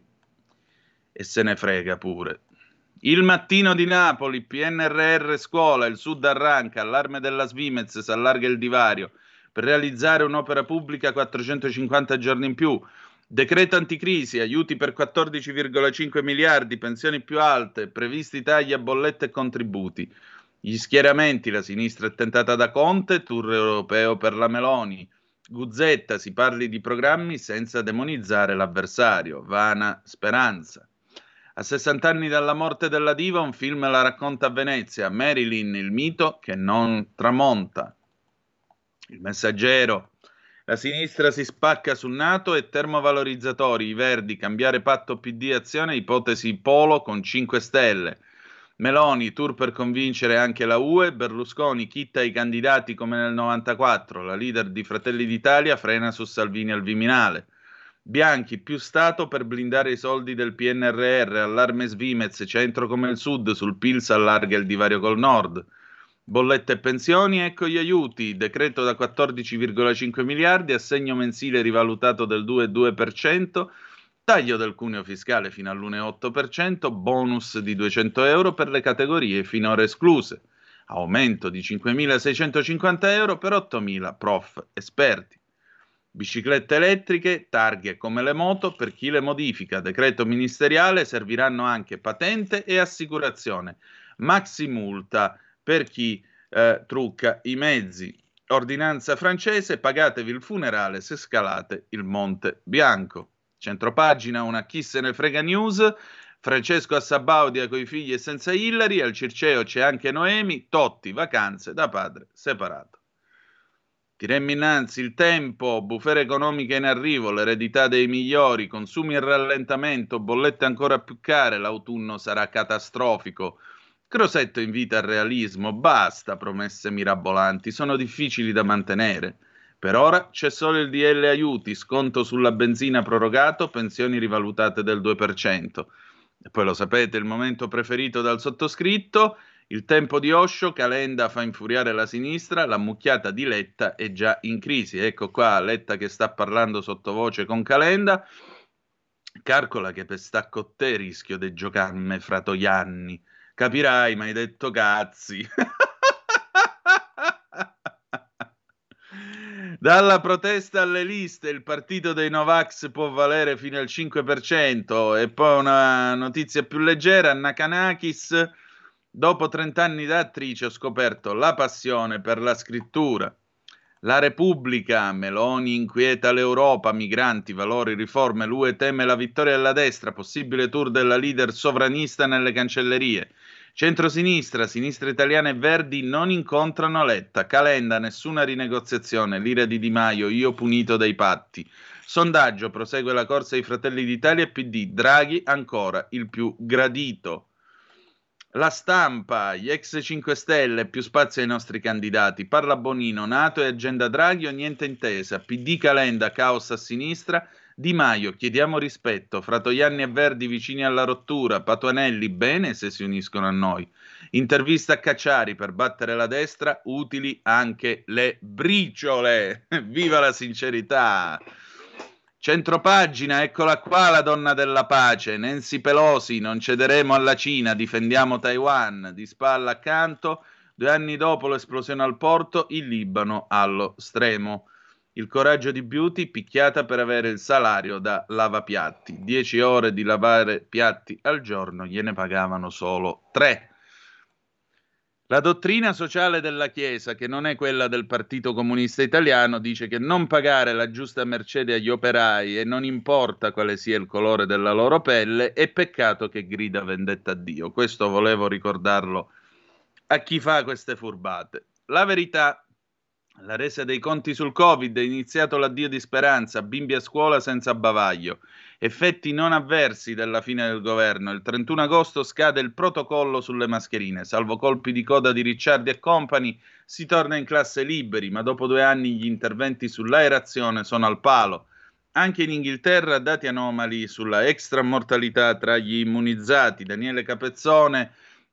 e se ne frega pure. Il Mattino di Napoli, PNRR scuola, il Sud arranca, allarme della Svimez, si allarga il divario, per realizzare un'opera pubblica 450 giorni in più, decreto anticrisi, aiuti per 14,5 miliardi, pensioni più alte, previsti tagli a bollette e contributi. Gli schieramenti, la sinistra è tentata da Conte, tour europeo per la Meloni. Guzzetta, si parli di programmi senza demonizzare l'avversario. Vana speranza. A 60 anni dalla morte della diva, un film la racconta a Venezia. Marilyn, il mito che non tramonta. Il Messaggero. La sinistra si spacca sul NATO e termovalorizzatori. I Verdi, cambiare patto PD Azione, ipotesi polo con 5 stelle. Meloni, tour per convincere anche la UE, Berlusconi chitta i candidati come nel 94, la leader di Fratelli d'Italia frena su Salvini al Viminale. Bianchi, più Stato per blindare i soldi del PNRR, allarme Svimez, centro come il Sud, sul PIL si allarga il divario col Nord. Bollette e pensioni, ecco gli aiuti, decreto da 14,5 miliardi, assegno mensile rivalutato del 2,2%, taglio del cuneo fiscale fino all'1,8%, bonus di 200 euro per le categorie finora escluse, aumento di 5.650 euro per 8.000 prof esperti. Biciclette elettriche, targhe come le moto, per chi le modifica, decreto ministeriale, serviranno anche patente e assicurazione, maxi multa per chi trucca i mezzi. Ordinanza francese, pagatevi il funerale se scalate il Monte Bianco. Centropagina, una chi se ne frega news, Francesco a Sabaudia coi figli e senza Hillary, al Circeo c'è anche Noemi, Totti, vacanze da padre separato. Tiremmo innanzi il Tempo, bufera economica in arrivo, l'eredità dei migliori, consumi in rallentamento, bollette ancora più care, l'autunno sarà catastrofico. Crosetto invita al realismo, basta promesse mirabolanti, sono difficili da mantenere. Per ora c'è solo il DL aiuti, sconto sulla benzina prorogato, pensioni rivalutate del 2%. E poi lo sapete, il momento preferito dal sottoscritto, il tempo di Osho, Calenda fa infuriare la sinistra, la mucchiata di Letta è già in crisi. Ecco qua Letta che sta parlando sottovoce con Calenda. Calcola che per sta con te rischio di giocarmi fra Toianni. Capirai, ma hai detto cazzi. Dalla protesta alle liste, il partito dei Novax può valere fino al 5%. E poi una notizia più leggera, Nakanakis, dopo 30 anni da attrice ho scoperto la passione per la scrittura. La Repubblica, Meloni inquieta l'Europa, migranti, valori, riforme, l'UE teme la vittoria della destra, possibile tour della leader sovranista nelle cancellerie. Centrosinistra, sinistra italiana e Verdi non incontrano Letta. Calenda, nessuna rinegoziazione. L'ira di Di Maio, io punito dai patti. Sondaggio, prosegue la corsa ai Fratelli d'Italia e PD. Draghi ancora il più gradito. La Stampa, gli ex 5 Stelle, più spazio ai nostri candidati. Parla Bonino, NATO e agenda Draghi o niente intesa. PD Calenda, caos a sinistra. Di Maio, chiediamo rispetto, Fratoianni e Verdi vicini alla rottura, Patuanelli bene se si uniscono a noi. Intervista a Cacciari, per battere la destra, utili anche le briciole. Viva la sincerità! Centropagina, eccola qua la donna della pace, Nancy Pelosi, non cederemo alla Cina, difendiamo Taiwan, di spalla accanto, 2 anni dopo l'esplosione al porto, il Libano allo stremo. Il coraggio di Beauty, picchiata per avere il salario da lavapiatti. 10 ore di lavare piatti al giorno, gliene pagavano solo 3. La dottrina sociale della Chiesa, che non è quella del Partito Comunista Italiano, dice che non pagare la giusta mercede agli operai e non importa quale sia il colore della loro pelle, è peccato che grida vendetta a Dio. Questo volevo ricordarlo a chi fa queste furbate. La verità. La resa dei conti sul Covid, è iniziato l'addio di Speranza, bimbi a scuola senza bavaglio. Effetti non avversi della fine del governo. Il 31 agosto scade il protocollo sulle mascherine. Salvo colpi di coda di Ricciardi e compagni, si torna in classe liberi, ma dopo 2 anni gli interventi sull'aerazione sono al palo. Anche in Inghilterra dati anomali sulla extramortalità tra gli immunizzati. Daniele Capezzone,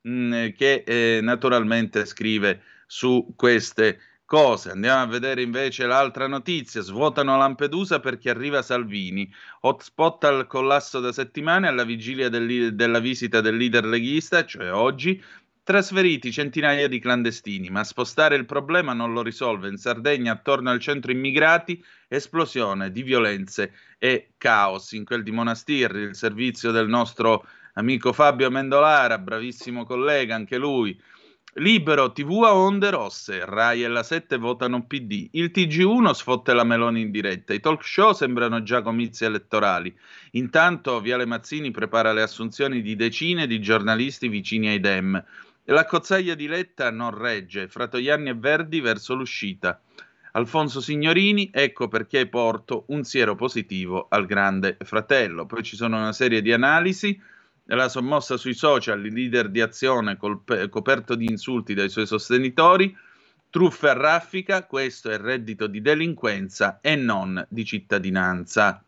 che naturalmente scrive su queste cose. Andiamo a vedere invece l'altra notizia. Svuotano Lampedusa perché arriva Salvini. Hotspot al collasso da settimane alla vigilia della visita del leader leghista, cioè oggi. Trasferiti centinaia di clandestini, ma spostare il problema non lo risolve. In Sardegna, attorno al centro immigrati, esplosione di violenze e caos. In quel di Monastirri, il servizio del nostro amico Fabio Amendolara, bravissimo collega, anche lui. Libero, TV a onde rosse, Rai e la 7 votano PD, il TG1 sfotte la Meloni in diretta, i talk show sembrano già comizi elettorali. Intanto Viale Mazzini prepara le assunzioni di decine di giornalisti vicini ai Dem. La cozzaglia di Letta non regge, Fratoianni e Verdi verso l'uscita. Alfonso Signorini, ecco perché porto un siero positivo al Grande Fratello. Poi ci sono una serie di analisi. La sommossa sui social, il leader di Azione coperto di insulti dai suoi sostenitori, truffe a raffica, questo è il reddito di delinquenza e non di cittadinanza.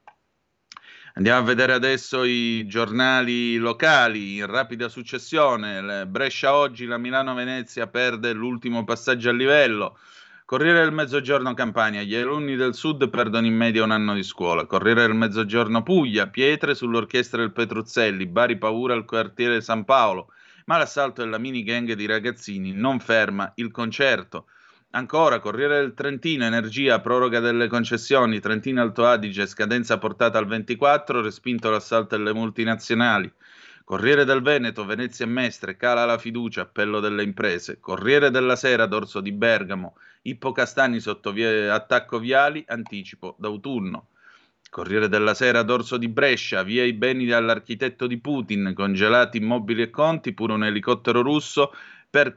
Andiamo a vedere adesso i giornali locali in rapida successione. Brescia oggi, la Milano-Venezia perde l'ultimo passaggio a livello. Corriere del Mezzogiorno Campania, gli alunni del Sud perdono in media 1 anno di scuola. Corriere del Mezzogiorno Puglia, pietre sull'orchestra del Petruzzelli, Bari paura al quartiere San Paolo, ma l'assalto della mini gang di ragazzini non ferma il concerto. Ancora, Corriere del Trentino, energia, proroga delle concessioni, Trentino Alto Adige, scadenza portata al 24, respinto l'assalto delle multinazionali. Corriere del Veneto, Venezia e Mestre, cala la fiducia, appello delle imprese. Corriere della Sera, Dorso di Bergamo, Ippo Castani sotto attacco viali, anticipo d'autunno. Corriere della Sera, Dorso di Brescia, via i beni dall'architetto di Putin, congelati immobili e conti, pure un elicottero russo per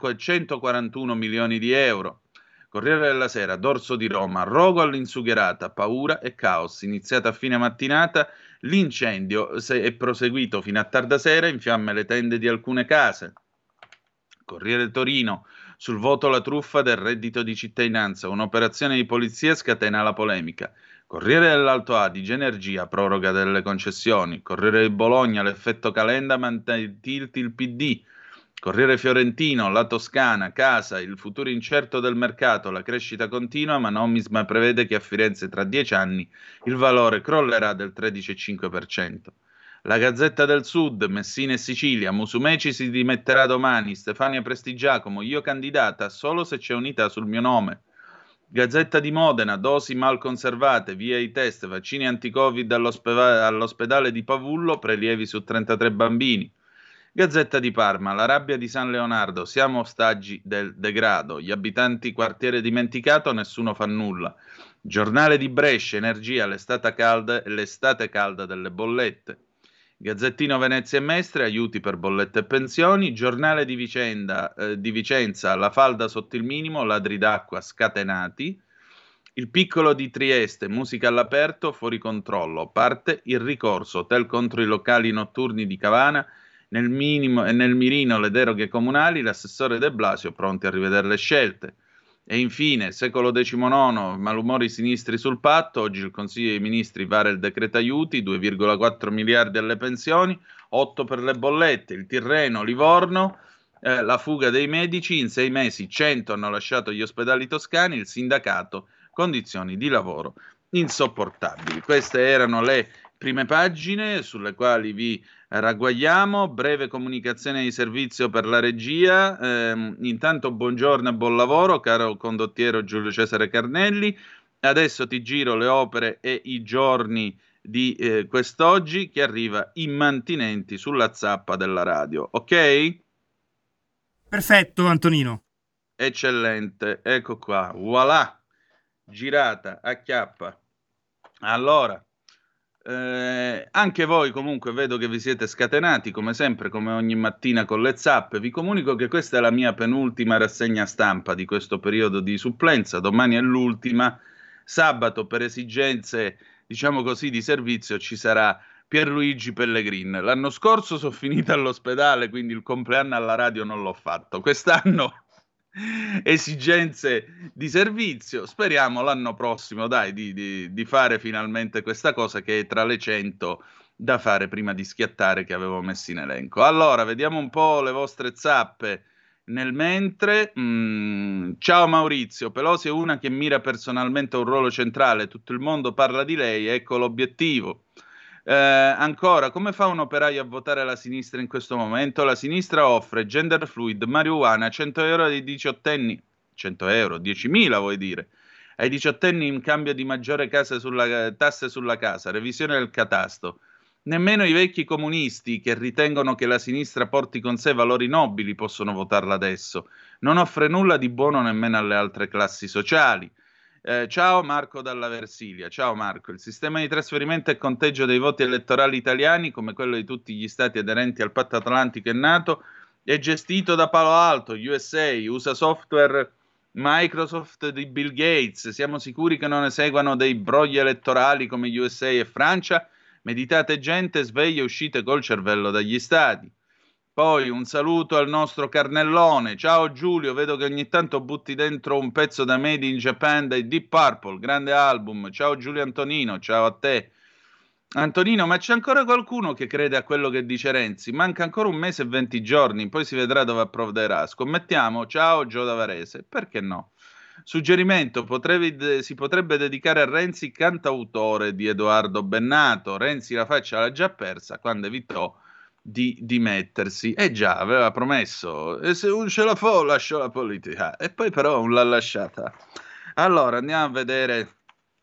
141 milioni di euro. Corriere della Sera, Dorso di Roma, rogo all'insugherata, paura e caos. Iniziata a fine mattinata, l'incendio è proseguito fino a tarda sera, in fiamme le tende di alcune case. Corriere Torino, Sul voto la truffa del reddito di cittadinanza, un'operazione di polizia scatena la polemica. Corriere dell'Alto Adige, Energia, proroga delle concessioni. Corriere di Bologna, l'effetto Calenda mantiene il PD. Corriere Fiorentino, la Toscana, Casa, il futuro incerto del mercato, la crescita continua, ma Nomisma prevede che a Firenze tra 10 anni il valore crollerà del 13,5%. La Gazzetta del Sud, Messina e Sicilia, Musumeci si dimetterà domani, Stefania Prestigiacomo, io candidata solo se c'è unità sul mio nome. Gazzetta di Modena, dosi mal conservate, via i test, vaccini anti-Covid all'ospedale di Pavullo, prelievi su 33 bambini. Gazzetta di Parma, la rabbia di San Leonardo, siamo ostaggi del degrado, gli abitanti quartiere dimenticato, nessuno fa nulla. Giornale di Brescia, Energia, l'estate calda delle bollette. Gazzettino Venezia e Mestre, aiuti per bollette e pensioni. Giornale di Vicenza, la falda sotto il minimo, ladri d'acqua scatenati. Il Piccolo di Trieste, musica all'aperto, fuori controllo. Parte il ricorso, hotel contro i locali notturni di Cavana. Nel mirino le deroghe comunali, l'assessore De Blasio pronti a rivedere le scelte. E infine, secolo XIX, malumori sinistri sul patto, oggi il Consiglio dei Ministri vara il decreto aiuti, 2,4 miliardi alle pensioni, 8 per le bollette, il Tirreno, Livorno, la fuga dei medici, in 6 mesi 100 hanno lasciato gli ospedali toscani, il sindacato, condizioni di lavoro insopportabili. Queste erano le prime pagine sulle quali vi ragguagliamo. Breve comunicazione di servizio per la regia. Intanto buongiorno e buon lavoro, caro condottiero Giulio Cesare Carnelli. Adesso ti giro le opere e i giorni di quest'oggi, che arriva immantinenti sulla zappa della radio. Ok? Perfetto, Antonino. Eccellente, ecco qua, voilà, girata, acchiappa. Allora, anche voi comunque vedo che vi siete scatenati, come sempre, come ogni mattina con le zappe. Vi comunico che questa è la mia penultima rassegna stampa di questo periodo di supplenza, domani è l'ultima. Sabato, per esigenze, diciamo così, di servizio, ci sarà Pierluigi Pellegrin. L'anno scorso sono finita all'ospedale, quindi il compleanno alla radio non l'ho fatto. Quest'anno esigenze di servizio, speriamo l'anno prossimo di fare finalmente questa cosa, che è tra le 100 da fare prima di schiattare, che avevo messo in elenco. Allora, vediamo un po' le vostre zappe nel mentre. Ciao Maurizio, Pelosi è una che mira personalmente a un ruolo centrale, tutto il mondo parla di lei, ecco l'obiettivo. Ancora, come fa un operaio a votare la sinistra in questo momento? La sinistra offre gender fluid, marijuana, 100 euro ai diciottenni, 100 euro, 10.000 vuoi dire, ai diciottenni in cambio di maggiore tasse sulla casa, revisione del catasto. Nemmeno i vecchi comunisti, che ritengono che la sinistra porti con sé valori nobili, possono votarla adesso. Non offre nulla di buono nemmeno alle altre classi sociali. Ciao Marco dalla Versilia. Ciao Marco, il sistema di trasferimento e conteggio dei voti elettorali italiani, come quello di tutti gli stati aderenti al patto atlantico e NATO, è gestito da Palo Alto, USA, usa software Microsoft di Bill Gates. Siamo sicuri che non eseguano dei brogli elettorali come USA e Francia? Meditate gente, sveglia, uscite col cervello dagli stati. Poi un saluto al nostro Carnellone. Ciao Giulio, vedo che ogni tanto butti dentro un pezzo da Made in Japan dai Deep Purple, grande album. Ciao Giulio Antonino, ciao a te. Antonino, ma c'è ancora qualcuno che crede a quello che dice Renzi? Manca ancora 1 mese e 20 giorni, poi si vedrà dove approvderà. Scommettiamo? Ciao Gio da Varese. Perché no? Suggerimento, si potrebbe dedicare a Renzi Cantautore di Edoardo Bennato. Renzi la faccia l'ha già persa quando evitò di dimettersi. Già, aveva promesso, e se un ce la fa lascio la politica, e poi però non l'ha lasciata. Allora, andiamo a vedere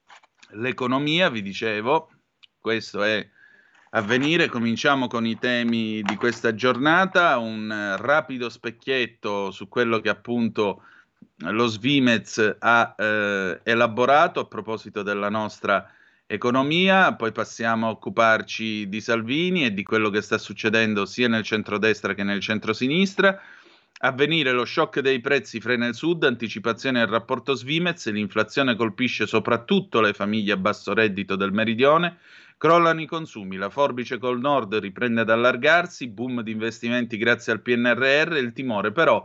l'economia, vi dicevo, questo è Avvenire, cominciamo con i temi di questa giornata, un rapido specchietto su quello che appunto lo Svimez ha elaborato a proposito della nostra economia, poi passiamo a occuparci di Salvini e di quello che sta succedendo sia nel centrodestra che nel centrosinistra. Avvenire, lo shock dei prezzi frena il Sud, anticipazione del rapporto Svimez, l'inflazione colpisce soprattutto le famiglie a basso reddito del meridione, crollano i consumi, la forbice col Nord riprende ad allargarsi, boom di investimenti grazie al PNRR, il timore però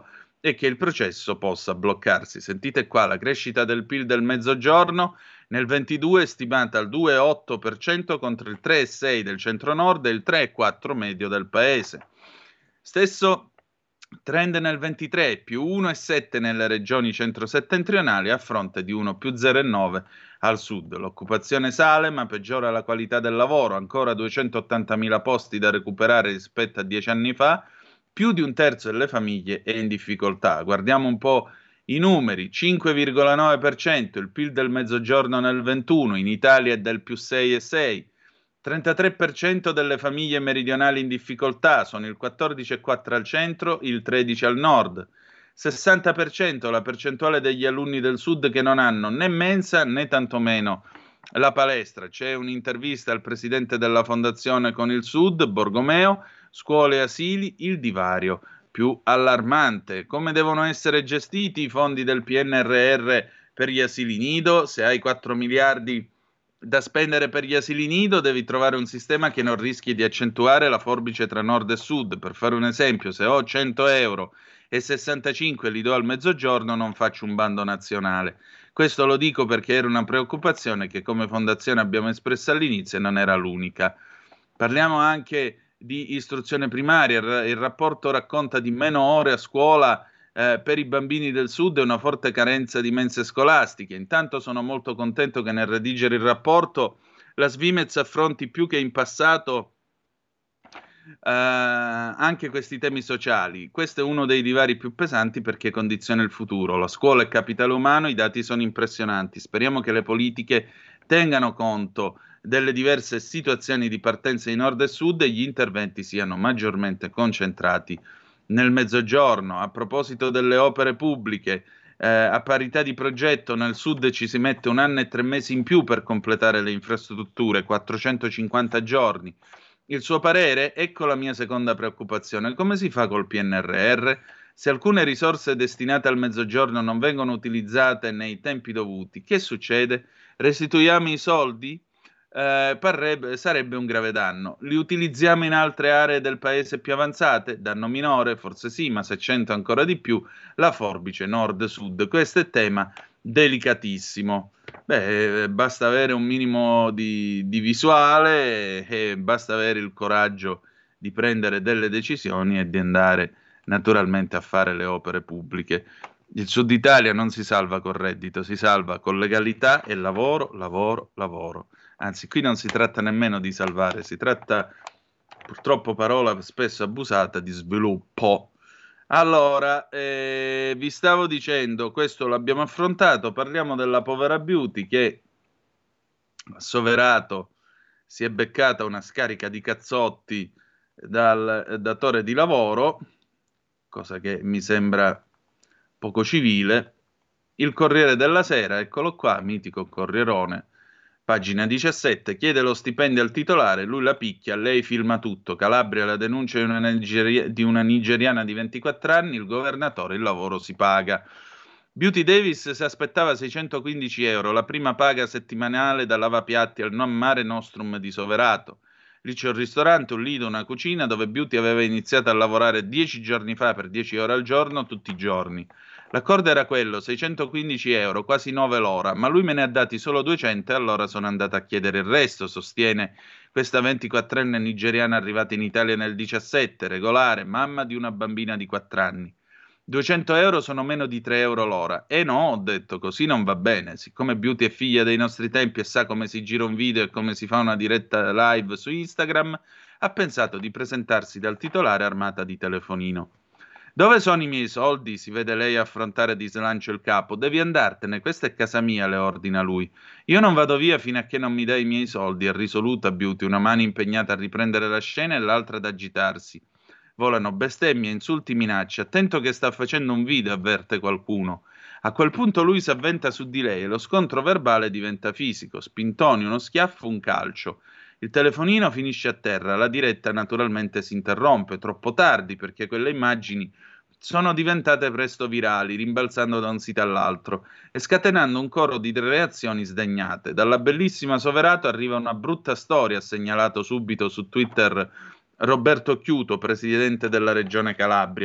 e che il processo possa bloccarsi. Sentite qua, la crescita del PIL del Mezzogiorno nel 22 è stimata al 2,8% contro il 3,6% del centro-nord e il 3,4% medio del paese. Stesso trend nel 23, più 1,7 nelle regioni centro-settentrionali a fronte di 1 più 0,9 al sud. L'occupazione sale ma peggiora la qualità del lavoro, ancora 280.000 posti da recuperare rispetto a 10 anni fa, più di un terzo delle famiglie è in difficoltà. Guardiamo un po' i numeri, 5,9% il PIL del Mezzogiorno nel 21, in Italia è del più 6,6%. 33% delle famiglie meridionali in difficoltà, sono il 14,4% al centro, il 13% al nord. 60% la percentuale degli alunni del sud che non hanno né mensa né tantomeno la palestra. C'è un'intervista al presidente della fondazione con il sud, Borgomeo, scuole e asili, il divario più allarmante. Come devono essere gestiti i fondi del PNRR per gli asili nido? Se hai 4 miliardi da spendere per gli asili nido, devi trovare un sistema che non rischi di accentuare la forbice tra nord e sud. Per fare un esempio, se ho 100 euro e 65 li do al Mezzogiorno, non faccio un bando nazionale. Questo lo dico perché era una preoccupazione che come fondazione abbiamo espresso all'inizio e non era l'unica. Parliamo anche di istruzione primaria. Il rapporto racconta di meno ore a scuola per i bambini del sud e una forte carenza di mense scolastiche. Intanto sono molto contento che nel redigere il rapporto la Svimez affronti più che in passato anche questi temi sociali. Questo è uno dei divari più pesanti perché condiziona il futuro. La scuola è capitale umano, i dati sono impressionanti. Speriamo che le politiche tengano conto delle diverse situazioni di partenza in nord e sud e gli interventi siano maggiormente concentrati nel Mezzogiorno. A proposito delle opere pubbliche, a parità di progetto nel sud ci si mette 1 anno e 3 mesi in più per completare le infrastrutture, 450 giorni. Il suo parere? Ecco la mia seconda preoccupazione. Come si fa col PNRR? Se alcune risorse destinate al Mezzogiorno non vengono utilizzate nei tempi dovuti, che succede? Restituiamo i soldi? Sarebbe un grave danno. Li utilizziamo in altre aree del paese più avanzate? Danno minore? Forse sì, ma se 100 ancora di più, la forbice nord-sud. Questo è tema delicatissimo. Basta avere un minimo di visuale e basta avere il coraggio di prendere delle decisioni e di andare naturalmente a fare le opere pubbliche. Il Sud Italia non si salva col reddito, si salva con legalità e lavoro, lavoro, lavoro. Anzi, qui non si tratta nemmeno di salvare, si tratta, purtroppo parola spesso abusata, di sviluppo. Allora, vi stavo dicendo, questo l'abbiamo affrontato, parliamo della povera Beauty che, assoverato, si è beccata una scarica di cazzotti dal datore di lavoro, cosa che mi sembra poco civile. Il Corriere della Sera, eccolo qua, mitico Corrierone, pagina 17, chiede lo stipendio al titolare, lui la picchia, lei filma tutto. Calabria, la denuncia di una nigeriana di 24 anni, il governatore, il lavoro si paga. Beauty Davis si aspettava 615 euro, la prima paga settimanale da lavapiatti al Mare Nostrum di Soverato. Lì c'è un ristorante, un lido, una cucina dove Beauty aveva iniziato a lavorare 10 giorni fa per 10 ore al giorno, tutti i giorni. L'accordo era quello, 615 euro, quasi 9 l'ora, ma lui me ne ha dati solo 200 e allora sono andata a chiedere il resto, sostiene questa 24enne nigeriana arrivata in Italia nel 17, regolare, mamma di una bambina di 4 anni. 200 euro sono meno di 3 euro l'ora. No, ho detto, così non va bene. Siccome Beauty è figlia dei nostri tempi e sa come si gira un video e come si fa una diretta live su Instagram, ha pensato di presentarsi dal titolare armata di telefonino. Dove sono i miei soldi? Si vede lei affrontare di slancio il capo. Devi andartene, questa è casa mia, le ordina lui. Io non vado via fino a che non mi dai i miei soldi, è risoluta Beauty, una mano impegnata a riprendere la scena e l'altra ad agitarsi. Volano bestemmie, insulti, minacce. Attento che sta facendo un video, avverte qualcuno. A quel punto lui si avventa su di lei e lo scontro verbale diventa fisico. Spintoni, uno schiaffo, un calcio. Il telefonino finisce a terra, la diretta naturalmente si interrompe, troppo tardi perché quelle immagini sono diventate presto virali, rimbalzando da un sito all'altro e scatenando un coro di reazioni sdegnate. Dalla bellissima Soverato arriva una brutta storia, ha segnalato subito su Twitter Roberto Chiuto, presidente della regione Calabria.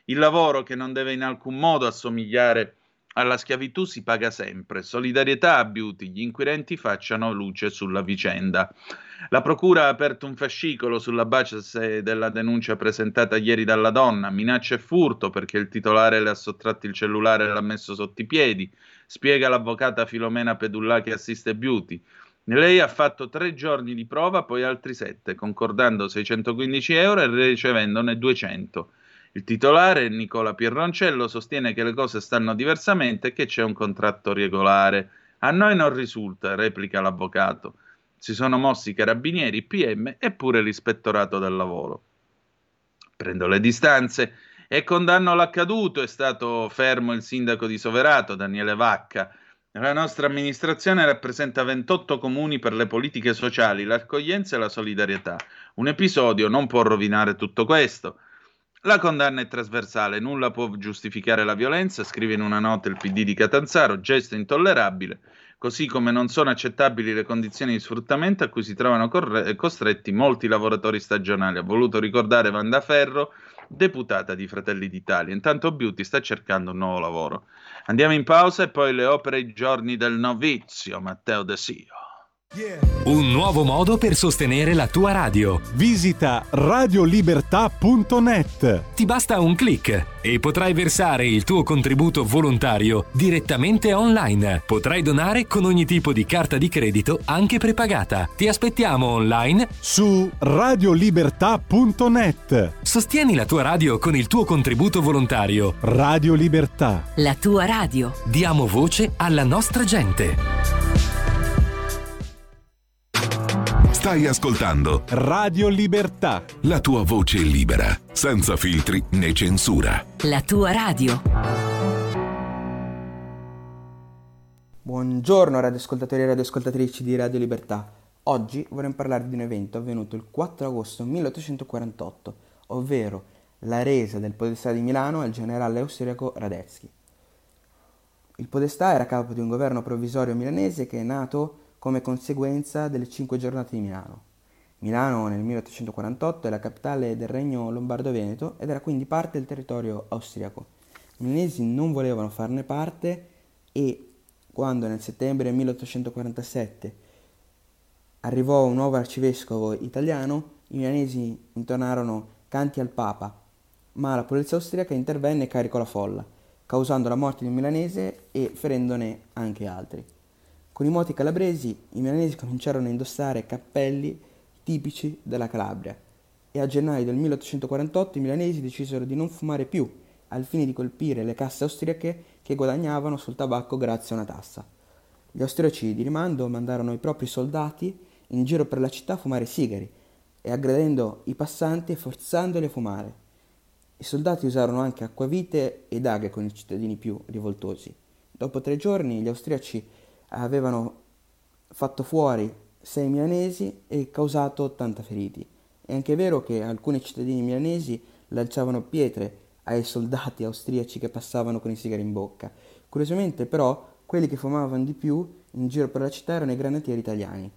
Il lavoro, che non deve in alcun modo assomigliare alla schiavitù, si paga sempre. Solidarietà a Beauty, gli inquirenti facciano luce sulla vicenda. La procura ha aperto un fascicolo sulla base della denuncia presentata ieri dalla donna, minaccia e furto perché il titolare le ha sottratto il cellulare e l'ha messo sotto i piedi, spiega l'avvocata Filomena Pedulla che assiste Beauty. Lei ha fatto 3 giorni di prova, poi altri 7, concordando 615 euro e ricevendone 200. Il titolare, Nicola Pierroncello, sostiene che le cose stanno diversamente e che c'è un contratto regolare. A noi non risulta, replica l'avvocato. Si sono mossi i carabinieri, PM e pure l'ispettorato del lavoro. Prendo le distanze e condanno l'accaduto. È stato fermo il sindaco di Soverato, Daniele Vacca. La nostra amministrazione rappresenta 28 comuni per le politiche sociali, l'accoglienza e la solidarietà. Un episodio non può rovinare tutto questo. La condanna è trasversale, nulla può giustificare la violenza, scrive in una nota il PD di Catanzaro, gesto intollerabile, così come non sono accettabili le condizioni di sfruttamento a cui si trovano costretti molti lavoratori stagionali. Ha voluto ricordare Wanda Ferro, deputata di Fratelli d'Italia. Intanto Beauty sta cercando un nuovo lavoro. Andiamo in pausa e poi le opere e i giorni del novizio, Matteo De Sio. Un nuovo modo per sostenere la tua radio. Visita radiolibertà.net. Ti basta un click e potrai versare il tuo contributo volontario direttamente online. Potrai donare con ogni tipo di carta di credito, anche prepagata. Ti aspettiamo online su radiolibertà.net. Sostieni la tua radio con il tuo contributo volontario. Radio Libertà. La tua radio. Diamo voce alla nostra gente. Stai ascoltando Radio Libertà. La tua voce libera, senza filtri né censura. La tua radio. Buongiorno radioascoltatori e radioascoltatrici di Radio Libertà. Oggi vorremmo parlare di un evento avvenuto il 4 agosto 1848, ovvero la resa del podestà di Milano al generale austriaco Radetzky. Il podestà era capo di un governo provvisorio milanese che è nato come conseguenza delle 5 giornate di Milano. Milano nel 1848 è la capitale del regno lombardo-veneto ed era quindi parte del territorio austriaco. I milanesi non volevano farne parte e quando nel settembre 1847 arrivò un nuovo arcivescovo italiano, i milanesi intonarono canti al Papa, ma la polizia austriaca intervenne e caricò la folla, causando la morte di un milanese e ferendone anche altri. Con i moti calabresi, i milanesi cominciarono a indossare cappelli tipici della Calabria e a gennaio del 1848 i milanesi decisero di non fumare più, al fine di colpire le casse austriache che guadagnavano sul tabacco grazie a una tassa. Gli austriaci di rimando mandarono i propri soldati in giro per la città a fumare sigari e aggredendo i passanti e forzandoli a fumare. I soldati usarono anche acquavite e daghe con i cittadini più rivoltosi. Dopo 3 giorni gli austriaci avevano fatto fuori 6 milanesi e causato 80 feriti. È anche vero che alcuni cittadini milanesi lanciavano pietre ai soldati austriaci che passavano con i sigari in bocca. Curiosamente però quelli che fumavano di più in giro per la città erano i granatieri italiani.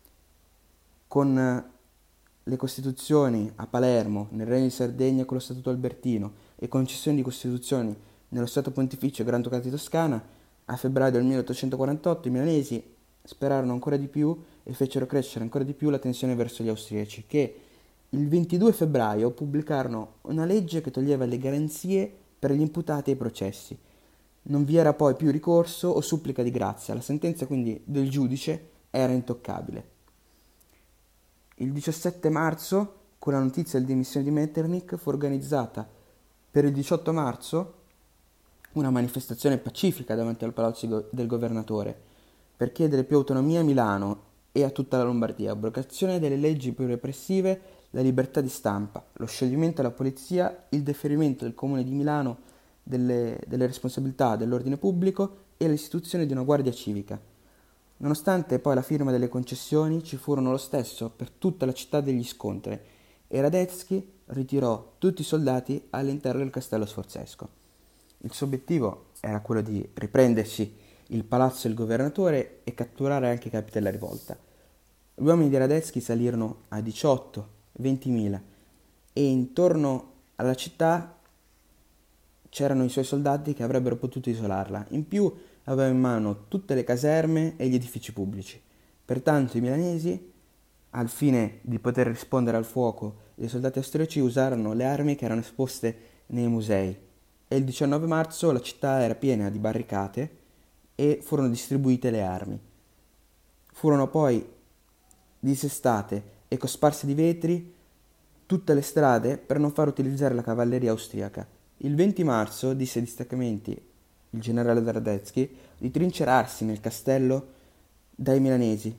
Con le costituzioni a Palermo, nel Regno di Sardegna con lo Statuto Albertino e concessioni di costituzioni nello Stato Pontificio e Gran Ducato di Toscana, a febbraio del 1848 i milanesi sperarono ancora di più e fecero crescere ancora di più la tensione verso gli austriaci, che il 22 febbraio pubblicarono una legge che toglieva le garanzie per gli imputati ai processi. Non vi era poi più ricorso o supplica di grazia, la sentenza quindi del giudice era intoccabile. Il 17 marzo, con la notizia delle dimissioni di Metternich, fu organizzata per il 18 marzo una manifestazione pacifica davanti al palazzo del governatore per chiedere più autonomia a Milano e a tutta la Lombardia, abrogazione delle leggi più repressive, la libertà di stampa, lo scioglimento della polizia, il deferimento del Comune di Milano delle responsabilità dell'ordine pubblico e l'istituzione di una guardia civica. Nonostante poi la firma delle concessioni, ci furono lo stesso per tutta la città degli scontri e Radetzky ritirò tutti i soldati all'interno del castello sforzesco. Il suo obiettivo era quello di riprendersi il palazzo del governatore e catturare anche i capi della rivolta. Gli uomini di Radetzky salirono a 18-20.000 e intorno alla città c'erano i suoi soldati che avrebbero potuto isolarla. In più aveva in mano tutte le caserme e gli edifici pubblici. Pertanto i milanesi, al fine di poter rispondere al fuoco dei soldati austriaci, usarono le armi che erano esposte nei musei e il 19 marzo la città era piena di barricate e furono distribuite le armi. Furono poi dissestate e cosparse di vetri tutte le strade per non far utilizzare la cavalleria austriaca. Il 20 marzo disse ai distaccamenti il generale Radetzky di trincerarsi nel castello dai milanesi,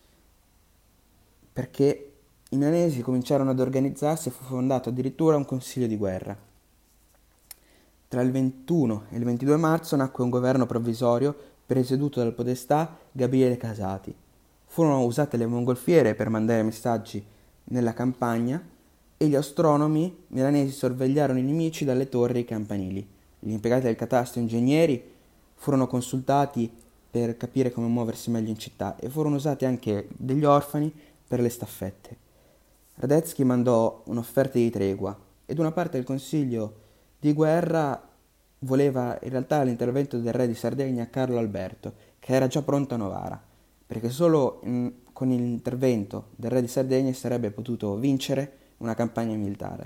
perché i milanesi cominciarono ad organizzarsi e fu fondato addirittura un consiglio di guerra. Tra il 21 e il 22 marzo nacque un governo provvisorio presieduto dal podestà Gabriele Casati. Furono usate le mongolfiere per mandare messaggi nella campagna e gli astronomi milanesi sorvegliarono i nemici dalle torri e i campanili. Gli impiegati del catasto e ingegneri furono consultati per capire come muoversi meglio in città e furono usati anche degli orfani per le staffette. Radetzky mandò un'offerta di tregua ed una parte del consiglio di guerra voleva in realtà l'intervento del re di Sardegna Carlo Alberto, che era già pronto a Novara, perché solo con l'intervento del re di Sardegna sarebbe potuto vincere una campagna militare.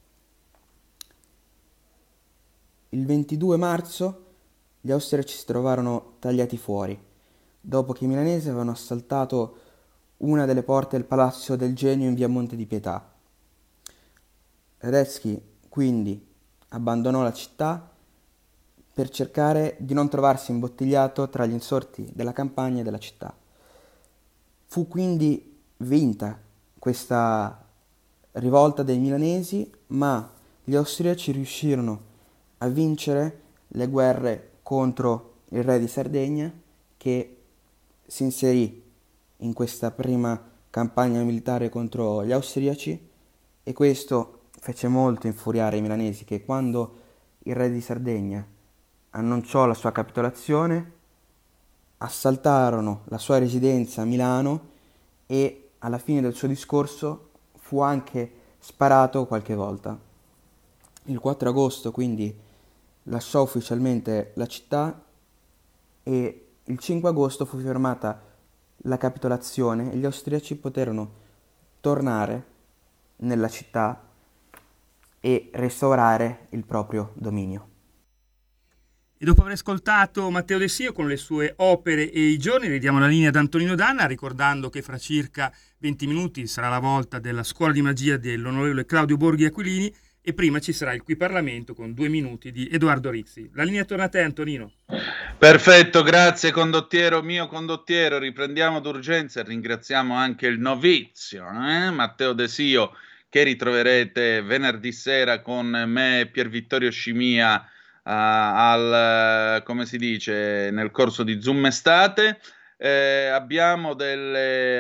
Il 22 marzo gli austriaci si trovarono tagliati fuori, dopo che i milanesi avevano assaltato una delle porte del Palazzo del Genio in via Monte di Pietà. Radetzky quindi abbandonò la città per cercare di non trovarsi imbottigliato tra gli insorti della campagna e della città. Fu quindi vinta questa rivolta dei milanesi, ma gli austriaci riuscirono a vincere le guerre contro il re di Sardegna, che si inserì in questa prima campagna militare contro gli austriaci, e questo fece molto infuriare i milanesi, che quando il re di Sardegna annunciò la sua capitolazione assaltarono la sua residenza a Milano e alla fine del suo discorso fu anche sparato qualche volta. Il 4 agosto quindi lasciò ufficialmente la città e il 5 agosto fu firmata la capitolazione e gli austriaci poterono tornare nella città e restaurare il proprio dominio. E dopo aver ascoltato Matteo De Sio con le sue opere e i giorni, ridiamo la linea ad Antonino Danna, ricordando che fra circa 20 minuti sarà la volta della scuola di magia dell'onorevole Claudio Borghi Aquilini e prima ci sarà il Qui Parlamento con 2 minuti di Edoardo Rizzi. La linea torna a te, Antonino. Perfetto, grazie condottiero, mio condottiero. Riprendiamo d'urgenza e ringraziamo anche il novizio Matteo De Sio, che ritroverete venerdì sera con me e Pier Vittorio Scimia come si dice, nel corso di Zoom Estate. Abbiamo delle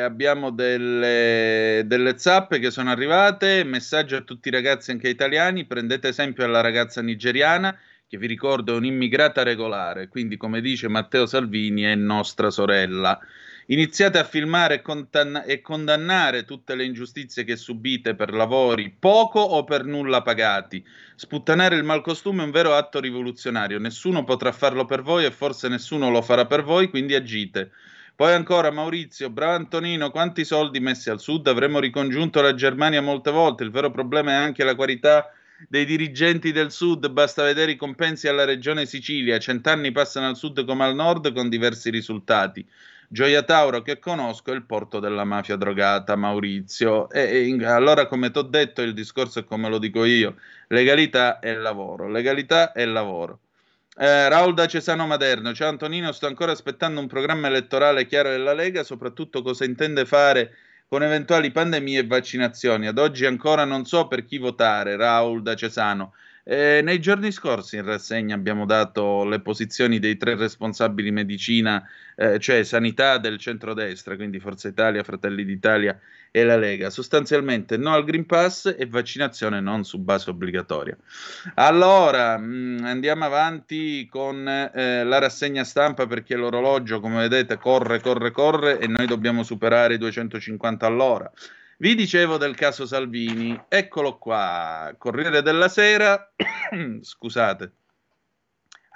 zappe che sono arrivate. Messaggio a tutti i ragazzi, anche italiani: prendete esempio alla ragazza nigeriana, che vi ricordo è un'immigrata regolare, quindi come dice Matteo Salvini è nostra sorella. Iniziate a filmare e condannare tutte le ingiustizie che subite per lavori poco o per nulla pagati. Sputtanare il malcostume è un vero atto rivoluzionario. Nessuno potrà farlo per voi e forse nessuno lo farà per voi, quindi agite. Poi ancora Maurizio: bravo Antonino, quanti soldi messi al sud? Avremmo ricongiunto la Germania molte volte. Il vero problema è anche la qualità dei dirigenti del sud. Basta vedere i compensi alla regione Sicilia. 100 anni passano al sud come al nord con diversi risultati. Gioia Tauro, che conosco, è il porto della mafia drogata, Maurizio. Allora, come t'ho detto, il discorso è come lo dico io: legalità e lavoro, legalità e lavoro. Raul da Cesano Maderno: ciao Antonino, sto ancora aspettando un programma elettorale chiaro della Lega, soprattutto cosa intende fare con eventuali pandemie e vaccinazioni. Ad oggi ancora non so per chi votare. Raul da Cesano. Nei giorni scorsi in rassegna abbiamo dato le posizioni dei 3 responsabili medicina, cioè sanità del centrodestra, quindi Forza Italia, Fratelli d'Italia e la Lega. Sostanzialmente no al Green Pass e vaccinazione non su base obbligatoria. Allora, andiamo avanti con la rassegna stampa, perché l'orologio, come vedete, corre e noi dobbiamo superare i 250 all'ora. Vi dicevo del caso Salvini, eccolo qua, Corriere della Sera, scusate,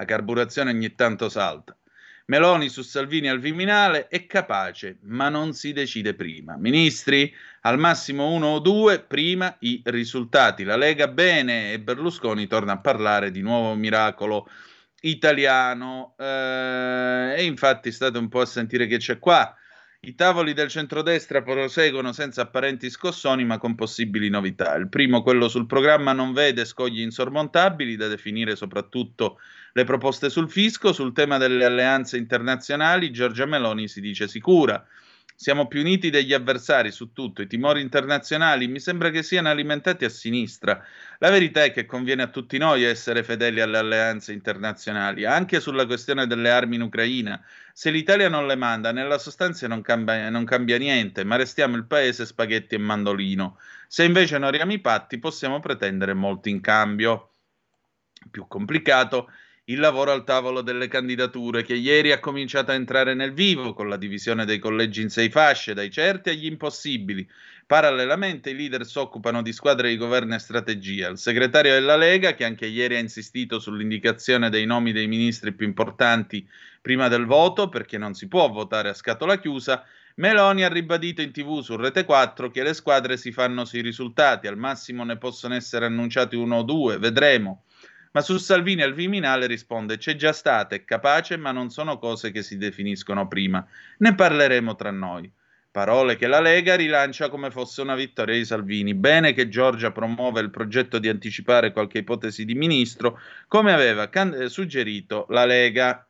La carburazione ogni tanto salta. Meloni su Salvini al Viminale è capace, ma non si decide prima. Ministri, al massimo 1 o 2, prima i risultati. La Lega bene e Berlusconi torna a parlare di nuovo miracolo italiano. E infatti state un po' a sentire che c'è qua. I tavoli del centrodestra proseguono senza apparenti scossoni, ma con possibili novità. Il primo, quello sul programma, non vede scogli insormontabili, da definire soprattutto le proposte sul fisco. Sul tema delle alleanze internazionali, Giorgia Meloni si dice sicura. Siamo più uniti degli avversari su tutto. I timori internazionali mi sembra che siano alimentati a sinistra. La verità è che conviene a tutti noi essere fedeli alle alleanze internazionali, anche sulla questione delle armi in Ucraina. Se l'Italia non le manda, nella sostanza non cambia niente, ma restiamo il paese spaghetti e mandolino. Se invece onoriamo i patti, possiamo pretendere molto in cambio. Più complicato il lavoro al tavolo delle candidature, che ieri ha cominciato a entrare nel vivo con la divisione dei collegi in 6 fasce, dai certi agli impossibili. Parallelamente i leader si occupano di squadre di governo e strategia. Il segretario della Lega, che anche ieri ha insistito sull'indicazione dei nomi dei ministri più importanti prima del voto, perché non si può votare a scatola chiusa, Meloni ha ribadito in TV su Rete 4 che le squadre si fanno sui risultati, al massimo ne possono essere annunciati 1 o 2, vedremo. Ma su Salvini al Viminale risponde: c'è già stata, è capace, ma non sono cose che si definiscono prima. Ne parleremo tra noi. Parole che la Lega rilancia come fosse una vittoria di Salvini. Bene che Giorgia promuove il progetto di anticipare qualche ipotesi di ministro, come aveva suggerito la Lega.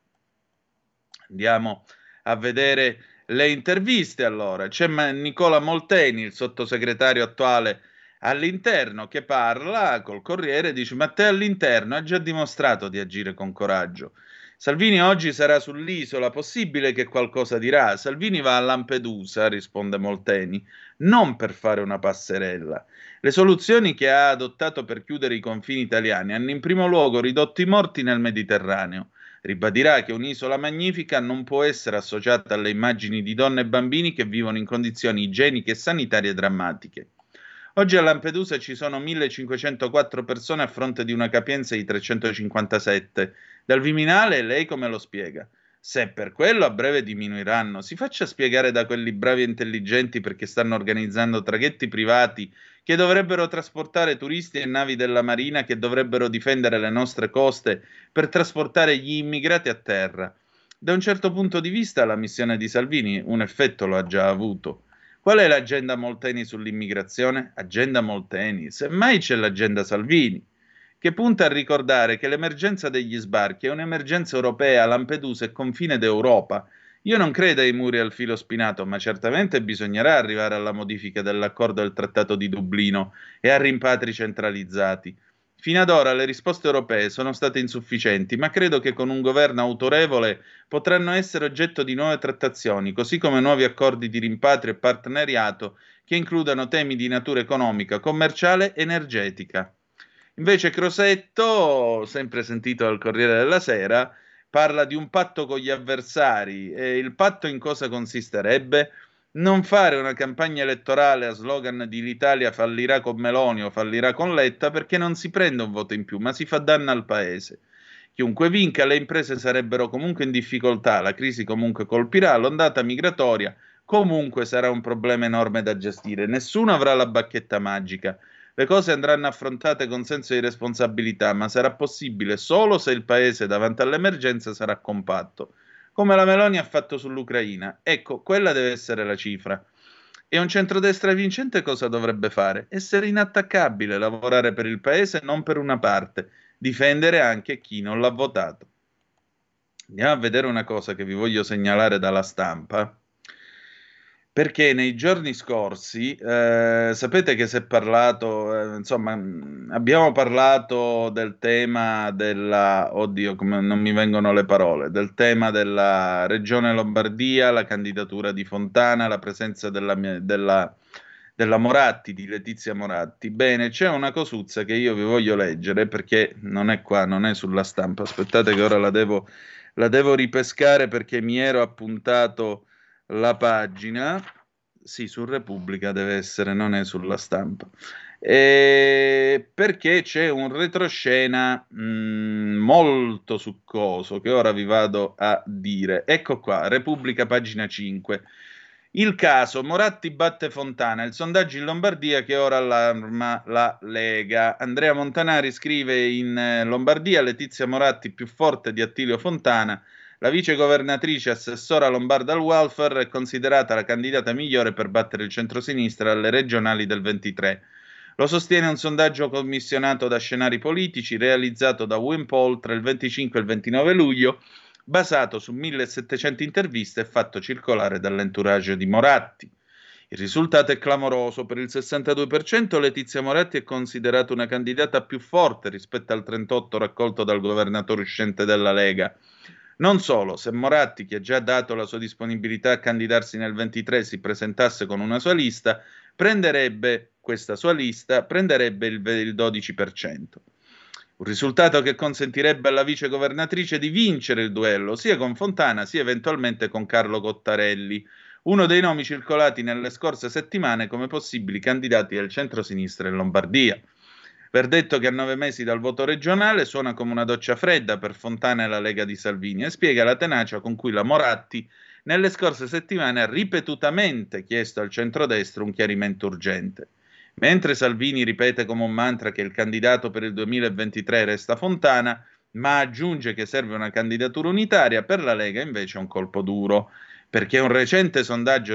Andiamo a vedere le interviste allora. C'è Nicola Molteni, il sottosegretario attuale all'interno, che parla col Corriere e dice: Matteo all'interno ha già dimostrato di agire con coraggio. Salvini oggi sarà sull'isola, possibile che qualcosa dirà. Salvini va a Lampedusa, risponde Molteni, non per fare una passerella. Le soluzioni che ha adottato per chiudere i confini italiani hanno in primo luogo ridotto i morti nel Mediterraneo. Ribadirà che un'isola magnifica non può essere associata alle immagini di donne e bambini che vivono in condizioni igieniche e sanitarie drammatiche. Oggi a Lampedusa ci sono 1504 persone a fronte di una capienza di 357. Dal Viminale lei come lo spiega? Se per quello a breve diminuiranno, si faccia spiegare da quelli bravi e intelligenti, perché stanno organizzando traghetti privati che dovrebbero trasportare turisti e navi della Marina che dovrebbero difendere le nostre coste per trasportare gli immigrati a terra. Da un certo punto di vista la missione di Salvini un effetto lo ha già avuto. Qual è l'agenda Molteni sull'immigrazione? Agenda Molteni, semmai c'è l'agenda Salvini, che punta a ricordare che l'emergenza degli sbarchi è un'emergenza europea. Lampedusa è confine d'Europa. Io non credo ai muri al filo spinato, ma certamente bisognerà arrivare alla modifica dell'accordo del Trattato di Dublino e a rimpatri centralizzati. Fino ad ora le risposte europee sono state insufficienti, ma credo che con un governo autorevole potranno essere oggetto di nuove trattazioni, così come nuovi accordi di rimpatrio e partenariato che includano temi di natura economica, commerciale e energetica. Invece Crosetto, sempre sentito al Corriere della Sera, parla di un patto con gli avversari. E il patto in cosa consisterebbe? Non fare una campagna elettorale a slogan di l'Italia fallirà con Meloni o fallirà con Letta, perché non si prende un voto in più, ma si fa danno al paese. Chiunque vinca, le imprese sarebbero comunque in difficoltà, la crisi comunque colpirà, l'ondata migratoria comunque sarà un problema enorme da gestire, nessuno avrà la bacchetta magica. Le cose andranno affrontate con senso di responsabilità, ma sarà possibile solo se il paese davanti all'emergenza sarà compatto. Come la Meloni ha fatto sull'Ucraina. Ecco, quella deve essere la cifra. E un centrodestra vincente cosa dovrebbe fare? Essere inattaccabile, lavorare per il paese, non per una parte, difendere anche chi non l'ha votato. Andiamo a vedere una cosa che vi voglio segnalare dalla stampa, perché nei giorni scorsi sapete che si è parlato, abbiamo parlato del tema della, come non mi vengono le parole, del tema della Regione Lombardia, la candidatura di Fontana, la presenza della Moratti, di Letizia Moratti. Bene, c'è una cosuzza che io vi voglio leggere, perché non è qua, non è sulla stampa, aspettate che ora la devo ripescare, perché mi ero appuntato la pagina. Sì, su Repubblica deve essere, non è sulla stampa. perché c'è un retroscena molto succoso che ora vi vado a dire. Ecco qua, Repubblica, pagina 5. Il caso Moratti batte Fontana, il sondaggio in Lombardia che ora allarma la Lega. Andrea Montanari scrive in Lombardia: Letizia Moratti più forte di Attilio Fontana. La vicegovernatrice assessora lombarda al welfare è considerata la candidata migliore per battere il centrosinistra alle regionali del 23. Lo sostiene un sondaggio commissionato da Scenari Politici realizzato da Wimpole tra il 25 e il 29 luglio, basato su 1700 interviste e fatto circolare dall'entourage di Moratti. Il risultato è clamoroso: per il 62% Letizia Moratti è considerata una candidata più forte rispetto al 38% raccolto dal governatore uscente della Lega. Non solo, se Moratti, che ha già dato la sua disponibilità a candidarsi nel 23, si presentasse con una sua lista, prenderebbe il 12%. Un risultato che consentirebbe alla vicegovernatrice di vincere il duello sia con Fontana sia eventualmente con Carlo Cottarelli, uno dei nomi circolati nelle scorse settimane come possibili candidati del centro-sinistra in Lombardia. Verdetto che a 9 mesi dal voto regionale suona come una doccia fredda per Fontana e la Lega di Salvini e spiega la tenacia con cui la Moratti nelle scorse settimane ha ripetutamente chiesto al centrodestra un chiarimento urgente. Mentre Salvini ripete come un mantra che il candidato per il 2023 resta Fontana, ma aggiunge che serve una candidatura unitaria, per la Lega invece è un colpo duro, perché un recente sondaggio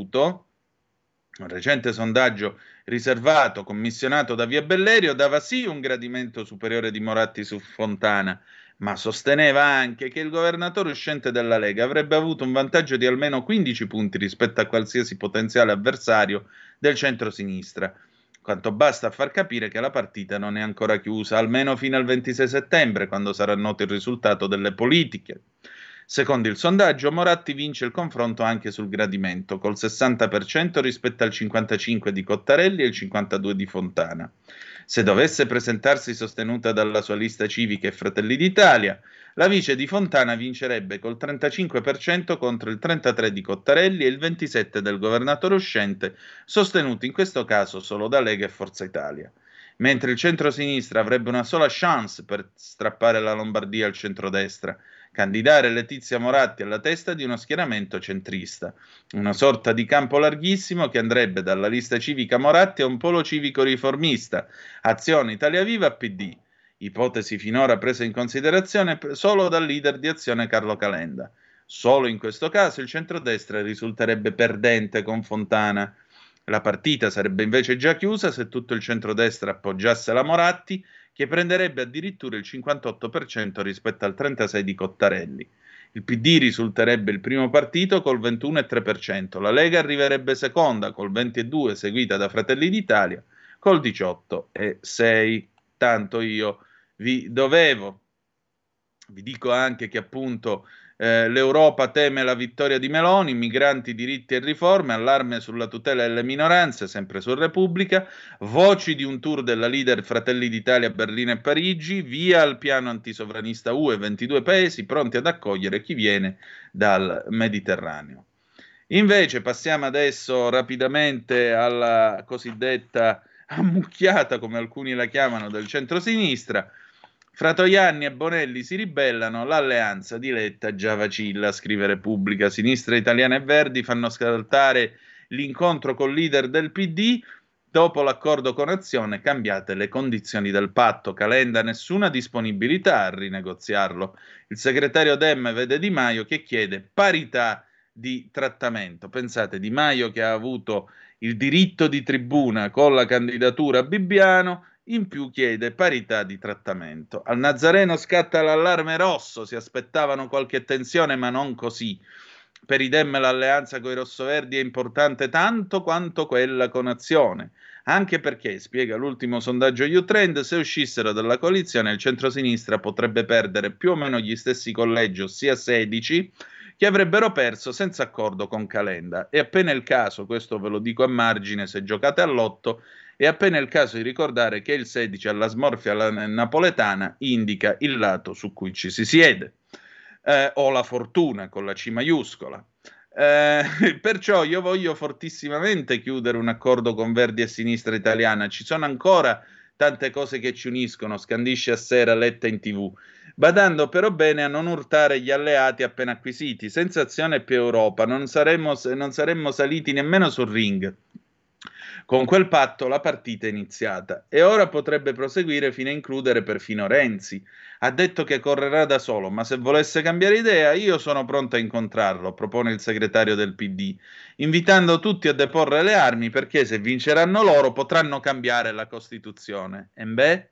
riservato, commissionato da Via Bellerio, dava sì un gradimento superiore di Moratti su Fontana, ma sosteneva anche che il governatore uscente della Lega avrebbe avuto un vantaggio di almeno 15 punti rispetto a qualsiasi potenziale avversario del centro-sinistra, quanto basta a far capire che la partita non è ancora chiusa, almeno fino al 26 settembre, quando sarà noto il risultato delle politiche. Secondo il sondaggio, Moratti vince il confronto anche sul gradimento, col 60% rispetto al 55% di Cottarelli e il 52% di Fontana. Se dovesse presentarsi sostenuta dalla sua lista civica e Fratelli d'Italia, la vice di Fontana vincerebbe col 35% contro il 33% di Cottarelli e il 27% del governatore uscente, sostenuti in questo caso solo da Lega e Forza Italia. Mentre il centro-sinistra avrebbe una sola chance per strappare la Lombardia al centrodestra: candidare Letizia Moratti alla testa di uno schieramento centrista, una sorta di campo larghissimo che andrebbe dalla lista civica Moratti a un polo civico riformista, Azione, Italia Viva, PD, ipotesi finora presa in considerazione solo dal leader di Azione Carlo Calenda. Solo in questo caso il centrodestra risulterebbe perdente con Fontana. La partita sarebbe invece già chiusa se tutto il centrodestra appoggiasse la Moratti, che prenderebbe addirittura il 58% rispetto al 36% di Cottarelli. Il PD risulterebbe il primo partito col 21,3%, la Lega arriverebbe seconda col 22%, seguita da Fratelli d'Italia col 18,6%. Tanto io vi dovevo. Vi dico anche che appunto l'Europa teme la vittoria di Meloni, migranti, diritti e riforme, allarme sulla tutela delle minoranze, sempre su Repubblica, voci di un tour della leader Fratelli d'Italia a Berlino e Parigi, via al piano antisovranista UE, 22 paesi pronti ad accogliere chi viene dal Mediterraneo. Invece passiamo adesso rapidamente alla cosiddetta ammucchiata, come alcuni la chiamano, del centrosinistra. Fratoianni e Bonelli si ribellano, l'alleanza di Letta già vacilla, scrive Repubblica. Sinistra Italiana e Verdi fanno saltare l'incontro col leader del PD. Dopo l'accordo con Azione, cambiate le condizioni del patto. Calenda nessuna disponibilità a rinegoziarlo. Il segretario Dem vede Di Maio che chiede parità di trattamento. Pensate, Di Maio che ha avuto il diritto di tribuna con la candidatura a Bibbiano, in più chiede parità di trattamento. Al Nazareno scatta l'allarme rosso, si aspettavano qualche tensione ma non così. Per i Dem l'alleanza con i rossoverdi è importante tanto quanto quella con Azione, anche perché, spiega l'ultimo sondaggio U-Trend, se uscissero dalla coalizione il centrosinistra potrebbe perdere più o meno gli stessi collegi, ossia 16, che avrebbero perso senza accordo con Calenda. È appena il caso, questo ve lo dico a margine se giocate all'otto, è appena il caso di ricordare che il 16 alla smorfia napoletana indica il lato su cui ci si siede, o la fortuna con la C maiuscola. Perciò io voglio fortissimamente chiudere un accordo con Verdi e Sinistra Italiana. Ci sono ancora tante cose che ci uniscono, scandisce a sera Letta in TV, badando però bene a non urtare gli alleati appena acquisiti. Senza azione più Europa non saremmo saliti nemmeno sul ring. Con quel patto la partita è iniziata e ora potrebbe proseguire fino a includere perfino Renzi. Ha detto che correrà da solo, ma se volesse cambiare idea io sono pronto a incontrarlo, propone il segretario del PD, invitando tutti a deporre le armi perché se vinceranno loro potranno cambiare la Costituzione. E beh?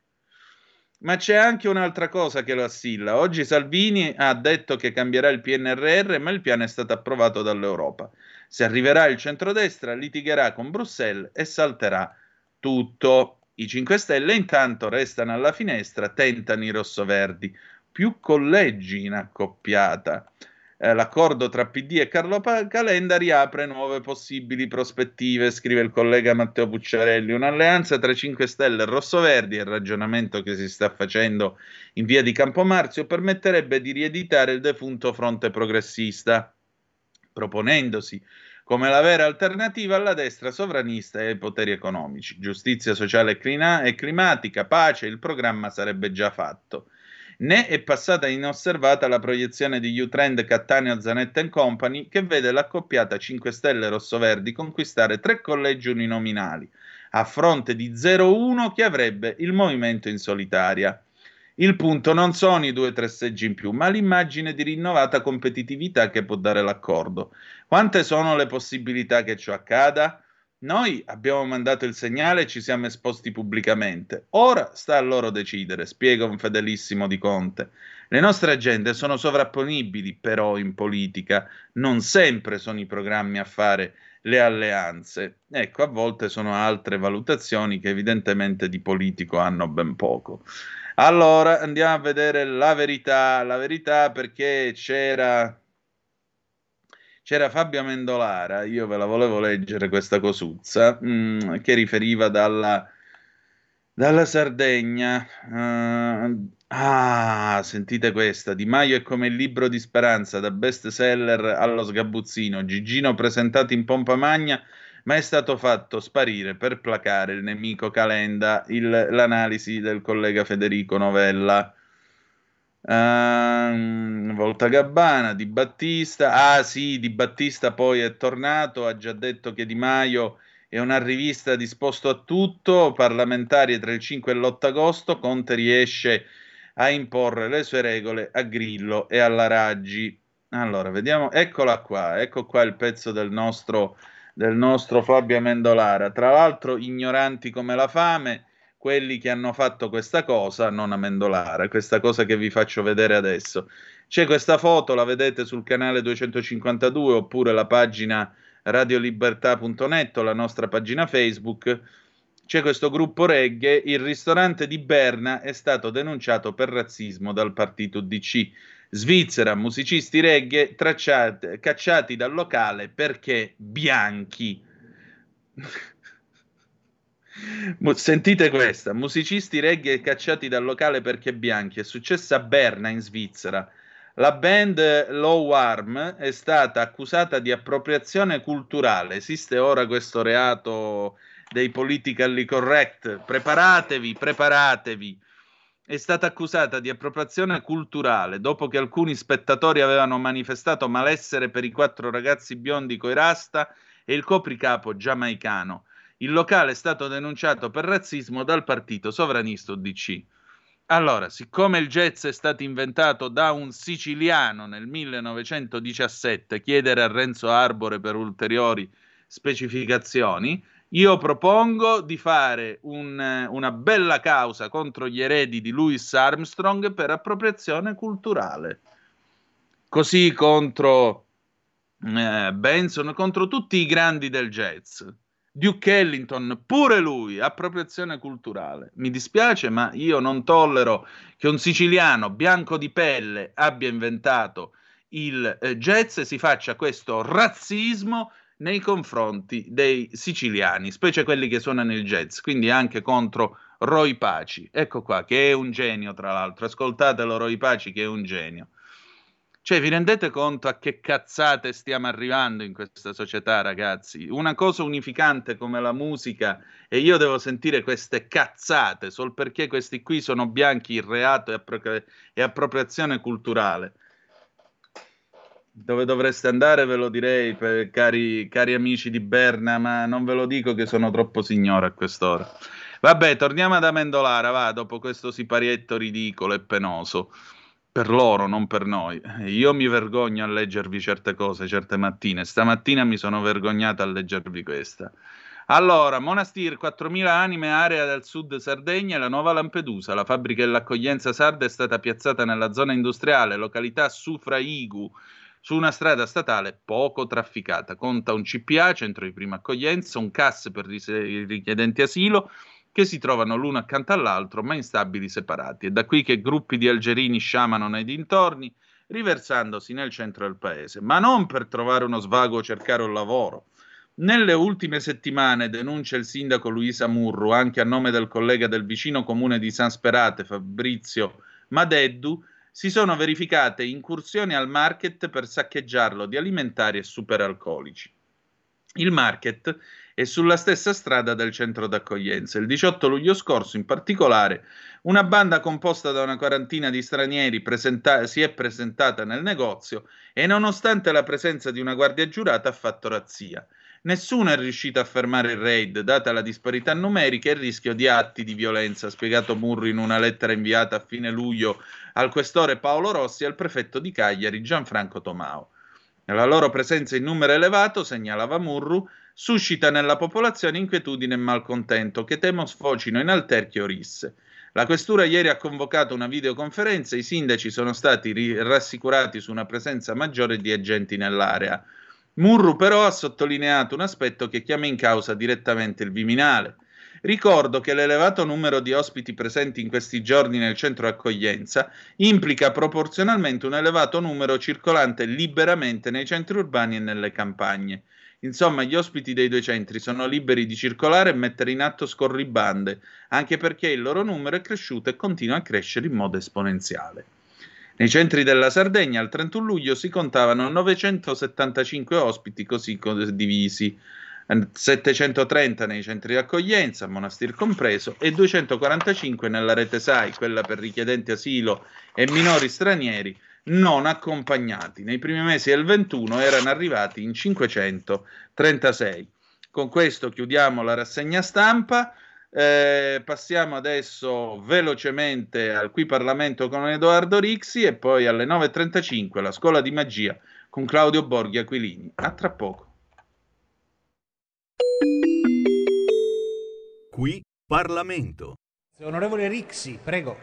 Ma c'è anche un'altra cosa che lo assilla. Oggi Salvini ha detto che cambierà il PNRR, ma il piano è stato approvato dall'Europa. Se arriverà il centrodestra, litigherà con Bruxelles e salterà tutto. I 5 Stelle intanto restano alla finestra, tentano i rossoverdi. Più collegi in accoppiata. L'accordo tra PD e Carlo Calenda riapre nuove possibili prospettive, scrive il collega Matteo Pucciarelli. Un'alleanza tra 5 Stelle e Rossoverdi, il ragionamento che si sta facendo in via di Campomarzio, permetterebbe di rieditare il defunto fronte progressista, proponendosi come la vera alternativa alla destra sovranista e ai poteri economici. Giustizia sociale e climatica, pace, il programma sarebbe già fatto. Né è passata inosservata la proiezione di U-Trend Cattaneo Zanetta Company, che vede l'accoppiata 5 Stelle Rossoverdi conquistare 3 collegi uninominali, a fronte di 0-1 che avrebbe il movimento in solitaria. Il punto non sono i 2-3 seggi in più, ma l'immagine di rinnovata competitività che può dare l'accordo. Quante sono le possibilità che ciò accada? Noi abbiamo mandato il segnale e ci siamo esposti pubblicamente. Ora sta a loro decidere, spiega un fedelissimo di Conte. Le nostre agende sono sovrapponibili, però in politica non sempre sono i programmi a fare le alleanze. Ecco, a volte sono altre valutazioni che evidentemente di politico hanno ben poco. Allora, andiamo a vedere la verità perché c'era Fabio Amendolara, io ve la volevo leggere questa cosuzza, che riferiva dalla Sardegna. Sentite questa. Di Maio è come il libro di Speranza, da best seller allo sgabuzzino. Gigino presentato in pompa magna, ma è stato fatto sparire per placare il nemico Calenda. L'analisi del collega Federico Novella. Voltagabbana, Di Battista. Sì, Di Battista poi è tornato, ha già detto che Di Maio è una rivista disposto a tutto, parlamentari tra il 5 e l'8 agosto, Conte riesce a imporre le sue regole a Grillo e alla Raggi. Allora, vediamo, eccola qua, ecco qua il pezzo del nostro Fabio Amendolara, tra l'altro ignoranti come la fame, quelli che hanno fatto questa cosa, non Amendolara, questa cosa che vi faccio vedere adesso. C'è questa foto, la vedete sul canale 252 oppure la pagina radiolibertà.net o la nostra pagina Facebook. C'è questo gruppo reggae, il ristorante di Berna è stato denunciato per razzismo dal partito DC. Svizzera, musicisti reggae cacciati dal locale perché bianchi. Sentite questa, musicisti reggae cacciati dal locale perché bianchi, è successa a Berna in Svizzera. La band Low Arm è stata accusata di appropriazione culturale, esiste ora questo reato dei politically correct, preparatevi, è stata accusata di appropriazione culturale dopo che alcuni spettatori avevano manifestato malessere per i 4 ragazzi biondi coi rasta e il copricapo giamaicano. Il locale è stato denunciato per razzismo dal partito sovranista UDC. Allora, siccome il jazz è stato inventato da un siciliano nel 1917, chiedere a Renzo Arbore per ulteriori specificazioni, io propongo di fare una bella causa contro gli eredi di Louis Armstrong per appropriazione culturale. Così contro Benson, contro tutti i grandi del jazz. Duke Ellington, pure lui, appropriazione culturale. Mi dispiace, ma io non tollero che un siciliano bianco di pelle abbia inventato il jazz e si faccia questo razzismo nei confronti dei siciliani, specie quelli che suonano il jazz, quindi anche contro Roy Paci. Ecco qua, che è un genio tra l'altro, ascoltatelo Roy Paci che è un genio. Cioè, vi rendete conto a che cazzate stiamo arrivando in questa società, ragazzi? Una cosa unificante come la musica e io devo sentire queste cazzate solo perché questi qui sono bianchi, il reato e appropriazione culturale. Dove dovreste andare ve lo direi, cari amici di Berna, ma non ve lo dico che sono troppo signore a quest'ora. Vabbè, torniamo ad Amendolara, va, dopo questo siparietto ridicolo e penoso. Per loro, non per noi. Io mi vergogno a leggervi certe cose, certe mattine. Stamattina mi sono vergognato a leggervi questa. Allora, Monastir, 4.000 anime, area del sud Sardegna e la nuova Lampedusa. La fabbrica dell'accoglienza sarda è stata piazzata nella zona industriale, località Sufraigu, su una strada statale poco trafficata. Conta un CPA, centro di prima accoglienza, un CAS per i richiedenti asilo, che si trovano l'uno accanto all'altro, ma in stabili separati. È da qui che gruppi di algerini sciamano nei dintorni, riversandosi nel centro del paese, ma non per trovare uno svago o cercare un lavoro. Nelle ultime settimane, denuncia il sindaco Luisa Murru, anche a nome del collega del vicino comune di San Sperate, Fabrizio Madeddu, si sono verificate incursioni al market per saccheggiarlo di alimentari e superalcolici. Il market è sulla stessa strada del centro d'accoglienza. Il 18 luglio scorso, in particolare, una banda composta da una quarantina di stranieri si è presentata nel negozio e, nonostante la presenza di una guardia giurata, ha fatto razzia. Nessuno è riuscito a fermare il raid, data la disparità numerica e il rischio di atti di violenza, ha spiegato Murru in una lettera inviata a fine luglio al questore Paolo Rossi e al prefetto di Cagliari Gianfranco Tomao. La loro presenza in numero elevato, segnalava Murru, suscita nella popolazione inquietudine e malcontento che temo sfocino in alterchi o risse. La questura ieri ha convocato una videoconferenza e i sindaci sono stati rassicurati su una presenza maggiore di agenti nell'area. Murru però ha sottolineato un aspetto che chiama in causa direttamente il Viminale. Ricordo che l'elevato numero di ospiti presenti in questi giorni nel centro accoglienza implica proporzionalmente un elevato numero circolante liberamente nei centri urbani e nelle campagne. Insomma, gli ospiti dei due centri sono liberi di circolare e mettere in atto scorribande, anche perché il loro numero è cresciuto e continua a crescere in modo esponenziale. Nei centri della Sardegna al 31 luglio si contavano 975 ospiti così divisi, 730 nei centri di accoglienza, Monastir compreso, e 245 nella rete SAI, quella per richiedenti asilo e minori stranieri non accompagnati. Nei primi mesi del 21 erano arrivati in 536. Con questo chiudiamo la rassegna stampa. Passiamo adesso velocemente al Qui Parlamento con Edoardo Rixi e poi alle 9.35 la Scuola di Magia con Claudio Borghi Aquilini. A tra poco. Qui Parlamento. Onorevole Rixi, prego.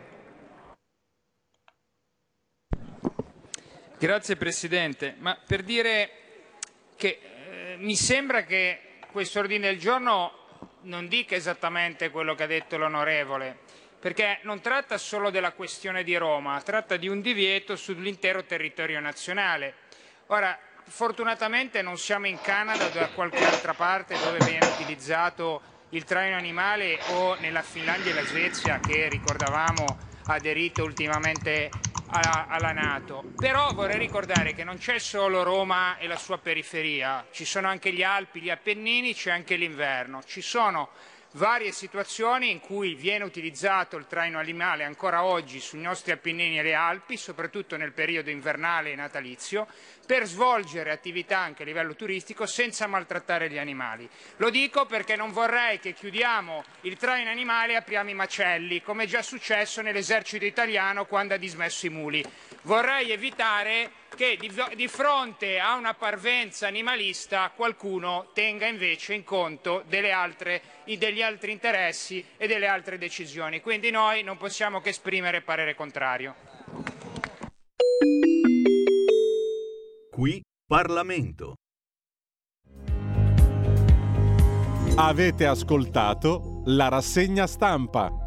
Grazie Presidente, ma per dire che mi sembra che questo ordine del giorno non dica esattamente quello che ha detto l'onorevole, perché non tratta solo della questione di Roma, tratta di un divieto sull'intero territorio nazionale. Ora, fortunatamente non siamo in Canada o da qualche altra parte dove viene utilizzato il traino animale o nella Finlandia e la Svezia che ricordavamo ha aderito ultimamente alla NATO. Però vorrei ricordare che non c'è solo Roma e la sua periferia, ci sono anche gli Alpi, gli Appennini, c'è anche l'inverno. Ci sono varie situazioni in cui viene utilizzato il traino animale ancora oggi sui nostri Appennini e le Alpi, soprattutto nel periodo invernale e natalizio, per svolgere attività anche a livello turistico senza maltrattare gli animali. Lo dico perché non vorrei che chiudiamo il traino animale e apriamo i macelli, come è già successo nell'esercito italiano quando ha dismesso i muli. Vorrei evitare che di fronte a una parvenza animalista qualcuno tenga invece in conto degli altri interessi e delle altre decisioni. Quindi noi non possiamo che esprimere parere contrario. Qui Parlamento. Avete ascoltato la rassegna stampa.